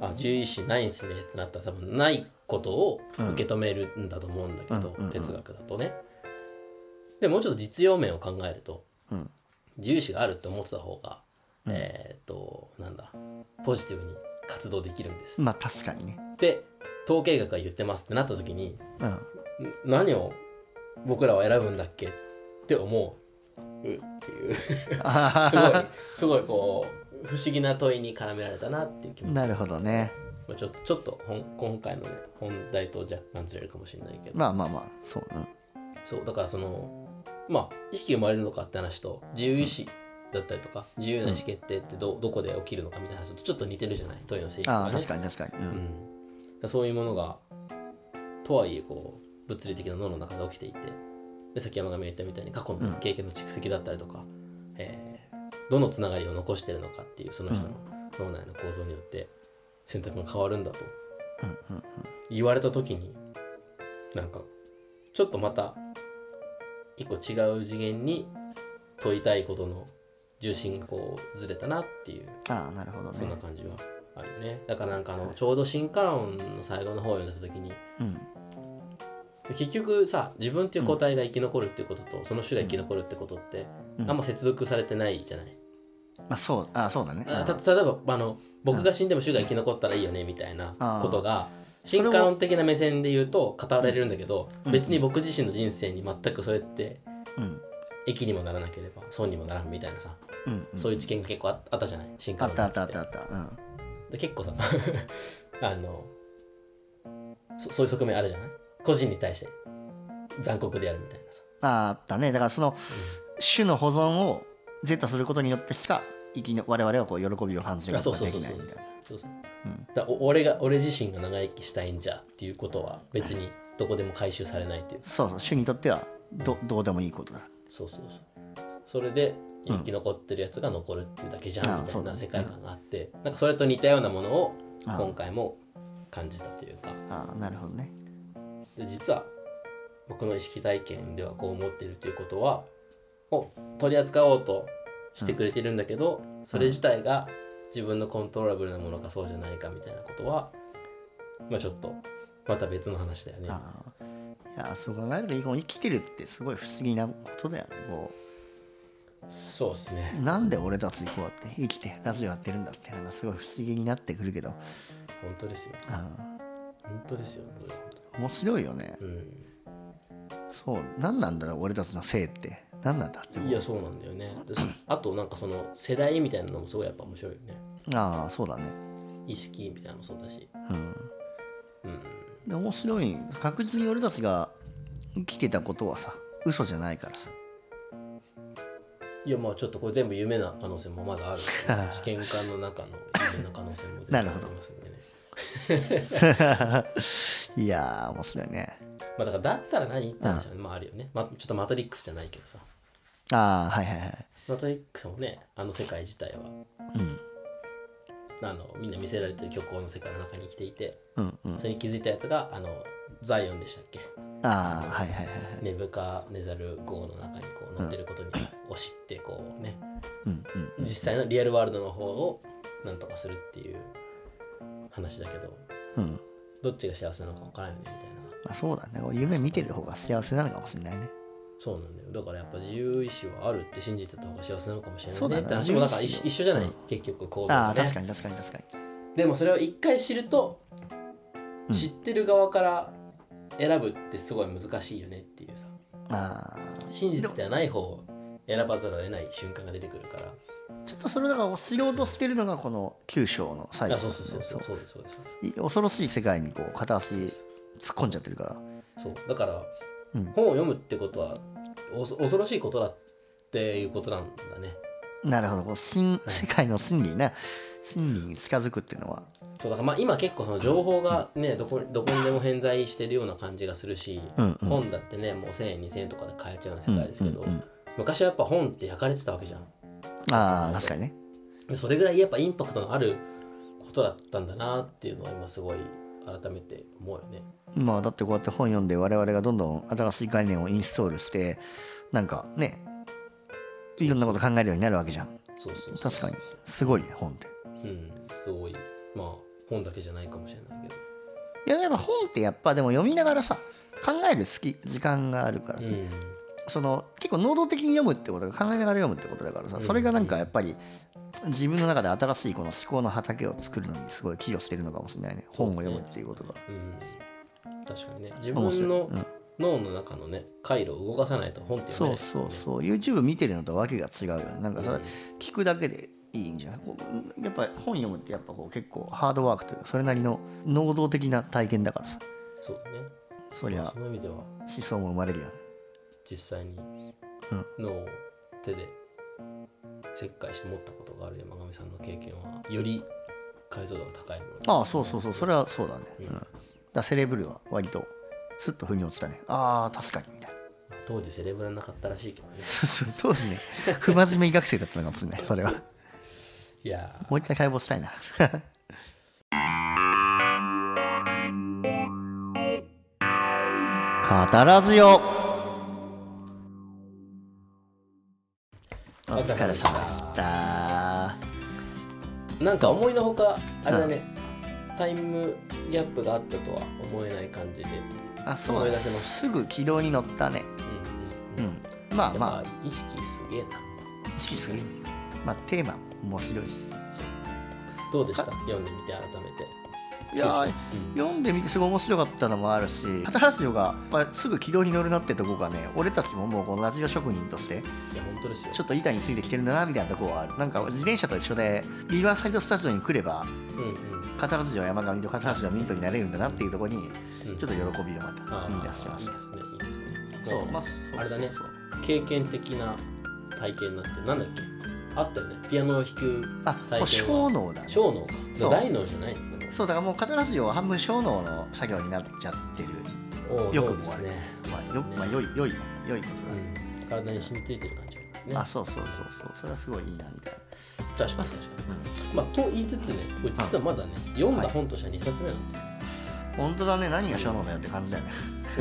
あ獣医師ないんすねってなったら多分ないことを受け止めるんだと思うんだけど、うん、哲学だとね。でもうちょっと実用面を考えると、うん、獣医師があるって思ってた方が、うん、えっとなんだポジティブに活動できるんです。 まあ確かにね。 で統計学が言ってますってなった時に、うん、何を僕らは選ぶんだっけって思うっていうすごいすごいこう不思議な問いに絡められたなっていう気持ち。 なるほどね。 ちょっとちょっと今回のね本題と若干ずれるかもしれないけど、 まあまあまあそうね。 そうだからそのまあ意識が生まれるのかって話と自由意志だったりとか自由な意思決定って ど,、うん、どこで起きるのかみたいな話とちょっと似てるじゃない問いの性質がね。 あ確かに確かに、うんうん、そういうものがとはいえこう物理的な脳の中で起きていて、で崎山が言ったみたいに過去の経験の蓄積だったりとか、うんえー、どのつながりを残してるのかっていうその人の脳内の構造によって選択が変わるんだと言われた時に、なんかちょっとまた一個違う次元に問いたいことの重心がこうずれたなっていう、 ああなるほどね、 そんな感じはあるよね。だからなんかあの、はい、ちょうど進化論の最後の方を読んだ時に、うん、結局さ自分っていう個体が生き残るっていうことと、うん、その種が生き残るってことって、うん、あんま接続されてないじゃない。 まあそうあそうだね。 あた例えばあの僕が死んでも種が生き残ったらいいよねみたいなことが進化論的な目線で言うと語られるんだけど、別に僕自身の人生に全くそうやって益にもならなければ損にもならんみたいなさ、うんうん、そういう知見が結構あったじゃない進化論って。 あったあったあったあった、うん、 で結構さあの そ, そういう側面あるじゃない個人に対して残酷でやるみたいなさ。 ああったね。だからその、うん、種の保存を是とすることによってしか生きの我々はこう喜びを感じることができないみたいな。そうそう、うん、だ俺が俺自身が長生きしたいんじゃっていうことは別にどこでも回収されないという、 そうそう種にとっては ど, どうでもいいことだ。 そうそうそう。それで生き残ってるやつが残るっていうだけじゃん、うん、みたいな世界観があって、うん、なんかそれと似たようなものを今回も感じたというか。 ああなるほどね。 で実は僕の意識体験ではこう思っているということはを取り扱おうとしてくれてるんだけど、うん、それ自体が自分のコントローラブルなものかそうじゃないかみたいなことは、まあ、ちょっとまた別の話だよね。 あいやそう考えると生きてるってすごい不思議なことだよね。こうそうですね。 なんで俺たちこうやって生きてラジオやってるんだってなんかすごい不思議になってくるけど。 本当ですよ。あ本当ですよ。 面白いよね。うん、そう何なんだろう俺たちの性って何なんだって。 いやそうなんだよね。あとなんかその世代みたいなのもすごいやっぱ面白いよね。 ああそうだね。 意識みたいなのもそうだし、 うんうん、で面白い。確実に俺たちが生きてたことはさ嘘じゃないからさ。 いやまあちょっとこれ全部夢な可能性もまだある試験管の中の夢な可能性も全然ありますんでね。 いやー面白いね。 まあだからだったら何って話は、ね、まああるよね、まあ、ちょっとマトリックスじゃないけどさ。 ああはいはいはい。 マトリックスもねあの世界自体は、うん、あのみんな見せられてる虚構の世界の中に生きていて、うんうん、それに気づいたやつがあのザイオンでしたっけ。 ああはいはいはい。 ネブカネザル号の中にこう乗ってることにを知ってこうね、うんうん、実際のリアルワールドの方をなんとかするっていう話だけど、うん、どっちが幸せなのか分からんよねみたいな。 まあ、そうだね。夢見てる方が幸せなのかもしれないね。 そうなんだよ。だからやっぱ自由意志はあるって信じてた方が幸せなのかもしれないねって話もだから一緒じゃない、うん、結局構造がね。 あ確かに確かに確かに。 でもそれを一回知ると、うん、知ってる側から選ぶってすごい難しいよねっていうさ。あ真実ではない方を選ばざるを得ない瞬間が出てくるから。 ちょっとそれだから知ろうとしてるのがこのきゅう章の最後。 そうそうそうそうそうですそうです。 恐ろしい世界にこう片足突っ込んじゃってるから。 そうだから、うん、本を読むってことは恐ろしいことだっていうことなんだね。 なるほど。こう新、はい、世界の真理な真理に近づくっていうのは。 そうだからまあ今結構その情報がね、うん、どこどこにでも偏在してるような感じがするし、うんうん、本だってねもうせんえんにせんえんとかで買えちゃうような世界ですけど、うんうんうん、昔はやっぱ本って焼かれてたわけじゃん。 ああ確かにね。 それぐらいやっぱインパクトのあることだったんだなっていうのは今すごい改めて思うよね。 まあだってこうやって本読んで我々がどんどん新しい概念をインストールしてなんかねいろんなこと考えるようになるわけじゃん。 そうそうそうそう。 確かにすごいね本って。 うんすごい。まあ本だけじゃないかもしれないけど、 いややっぱ本ってやっぱでも読みながらさ考える好き時間があるから、ね、うん、その結構能動的に読むってことが考えながら読むってことだからさ、それがなんかやっぱり自分の中で新しいこの思考の畑を作るのにすごい寄与してるのかもしれないね、本を読むっていうことが、 うん、確かにね、自分の脳の中のね回路を動かさないと本って読めない、ね、 そうそうそう YouTube 見てるのとわけが違うよね。なんかそれ聞くだけでいいんじゃない。やっぱり本読むってやっぱこう結構ハードワークというかそれなりの能動的な体験だからさ。 そうだね。 そりゃその意味では思想も生まれるよね。 実際に脳を手で切開して持ったことがある山上さんの経験はより解像度が高いもの、ね、 ああそうそうそう、それはそうだね、うんうん、だセレブルは割とスッと腑に落ちたね。ああ確かにみたいな。 当時セレブルなかったらしいけどね。 そうそう当時ね不真面目学生だったのかもしれないそれは。 いやもう一回解剖したいな語らずよ。お疲れ様でした。 なんか思いのほかあれだね、うん、タイムギャップがあったとは思えない感じで、 あ、そうだ、すぐ軌道に乗ったね。うん、うんうん、まあまあ意識すげえな。 意識すげえ。まあテーマ面白いし。 どうでした？読んでみて改めて。 いや、うん、読んでみてすごい面白かったのもあるし、新しいのがやっぱすぐ軌道に乗るなってとこがね、俺たちももうこのラジオ職人としていや本当ですよ、 ちょっと板についてきてるんだなみたいなところはある。なんか自転車と一緒でリバーサイドスタジオに来れば、うんうん、語らずよ山上と語らずよミントになれるんだなっていうところに、うん、ちょっと喜びをまた見出してました。いいですね、いいですね。 そう、まあ、あれだね、経験的な体験になって、なんだっけあったよね、ピアノを弾く体験は。あ、小脳だね。小脳か。大脳じゃない。 そうだからもう語らずよは半分小脳の作業になっちゃってる。よくもある、ね、まあよく、まあ良い良い良いことだね、 うん。体に染みついてる感じありますね。 あ、そうそうそうそう、それはすごいいいなみたいな。確かに確かに。うん、まあと言いつつね、これ実はまだね、読んだ本としてはにさつめなんだよね。 はい、本当だね、何が小脳だよって感じだよね。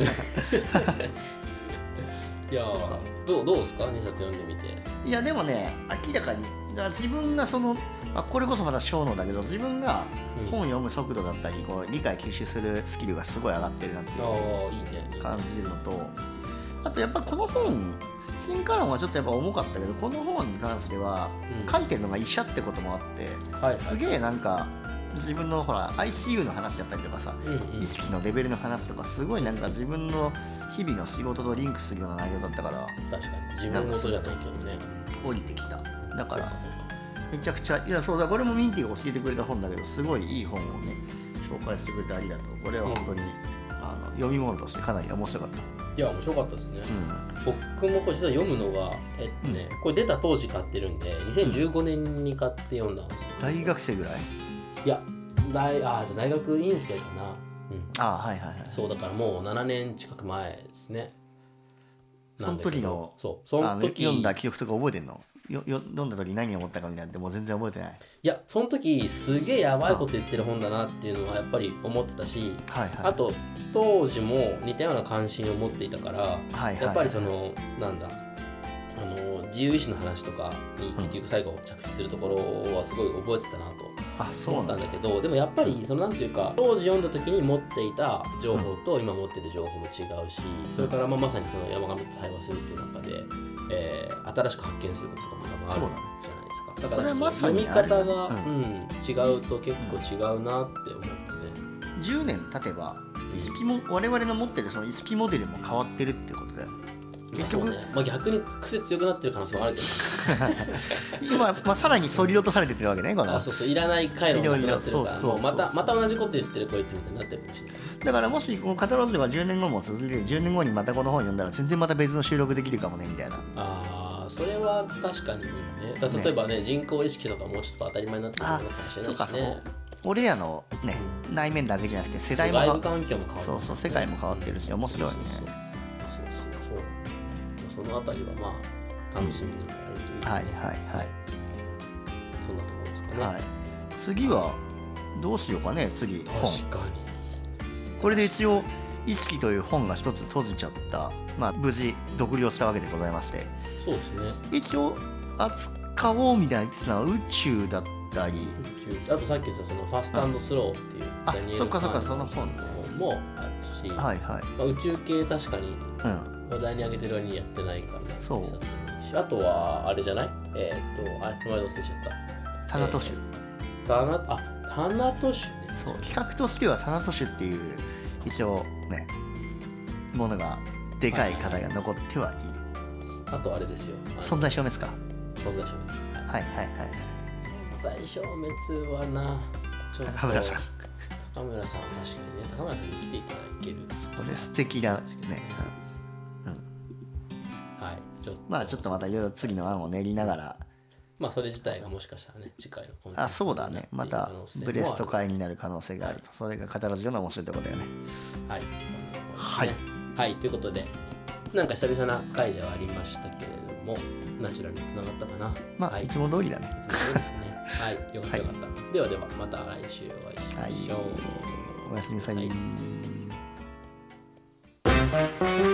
いやどうどうですかにさつ読んでみて。 いやでもね、明らかにだから自分がその、まあ、これこそまだ小脳だけど自分が本を読む速度だったり、うん、こう理解吸収するスキルがすごい上がってるなっていう感じるのと、あとやっぱこの本進化論はちょっとやっぱ重かったけど、この本に関しては書いてるのが医者ってこともあって、うんはいはい、すげえなんか自分のほら アイシーユー の話だったりとかさ、うんうん、意識のレベルの話とかすごいなんか自分の日々の仕事とリンクするような内容だったから、 確かに自分のことじゃないけどね、 降りてきた。だからめちゃくちゃ、いやそうだ、これもミンティが教えてくれた本だけどすごいいい本をね紹介してくれてありがとう。これは本当に、うん、あの読み物としてかなり面白かった。 いや面白かったですね、うん、僕もこれ実は読むのがえっとね、うん、これ出た当時買ってるんでにせんじゅうごねんに買って読んだ、うん、 大学生ぐらい？ いや大あじゃ大学院生かな、 うん、あはいはいはい。 そうだからもうななねん近く前ですね。 その時のそうその時読んだ記憶とか覚えてんの？よよ読んだ時何を思ったかみたいな、もう全然覚えてない。 いやその時すげえやばいこと言ってる本だなっていうのはやっぱり思ってたし、はいはい、あと当時も似たような関心を持っていたから、はいはいはい、やっぱりそのなんだあの自由意志の話とかに結局最後着地するところはすごい覚えてたなと思ったんだけど、でもやっぱりそのなんていうか当時読んだ時に持っていた情報と今持っている情報も違うし、それからまあまさにその山上と対話するっていう中で、えー、新しく発見することとかも多分あるじゃないですか。だからま読み方が、うんうん、違うと結構違うなって思ってね。 じゅうねん経てば意識も我々の持ってるその意識モデルも変わってるってことだよ。 結局、まあねまあ、逆に癖強くなってる可能性はあるけど今、まあ、さらにそり落とされてるわけね、このあそうそういらない回路がなくなってるから、またまた同じこと言ってるこいつみたいになってるかもしれない。 だからもしこのカタログではじゅうねんごも続いてじゅうねんごにまたこの本読んだら全然また別の収録できるかもねみたいな。 ああそれは確かにいいね。だ例えばね、ね人口意識とかもうちょっと当たり前になってくるのかもしれないしね。そうかそう俺らのね、うん、内面だけじゃなくて世代も外部環境も変わってる、ね、 そうそう世界も変わってるし面白いね。そうそうそうそのあたりはまあ楽しみながらやるという、 うん、はいはいはいそんなところですかね、はい、 次はどうしようかね。次確かにこれで一応意識という本が一つ閉じちゃった、まあ、無事独立したわけでございまして、 そうですね一応扱おうみたいなのは宇宙だったり、 あとさっき言ったそのファスト&スローっていうダニエル・カーンの本もあるし、はいはい、まあ、宇宙系確かに話題に上げてる割にやってないから、ね、そう、あとはあれじゃない、えー、っとあれ名前忘れちゃったタナトシュ、 えー、タナあタナトシュね。 そう、企画としてはタナトシュっていう一応ねものがでかい課題が残ってはいる、はいはいはい、あとあれですよ、 存在消滅か、 存在消滅、 はいはいはいはい、 存在消滅はなちょっと高村さん高村さんは確かにね、高村さんに来ていただける、 それ素敵だね、うん、 はい、ちょっとまあちょっとまたいろいろ次の案を練りながら、 まあそれ自体がもしかしたらね次回のコンテンツあ、そうだね、またブレスト会になる可能性があると、はい、それが語らずような面白いところだよね。 はい、 はい、 はい、ということでなんか久々な回ではありましたけれどもナチュラルにつながったかな。 まあ、はい、いつも通りだね。 いつも通りですね。はい、よかったよかった、はい、ではではまた来週お会いしましょう、はい、 おやすみなさい。 はい。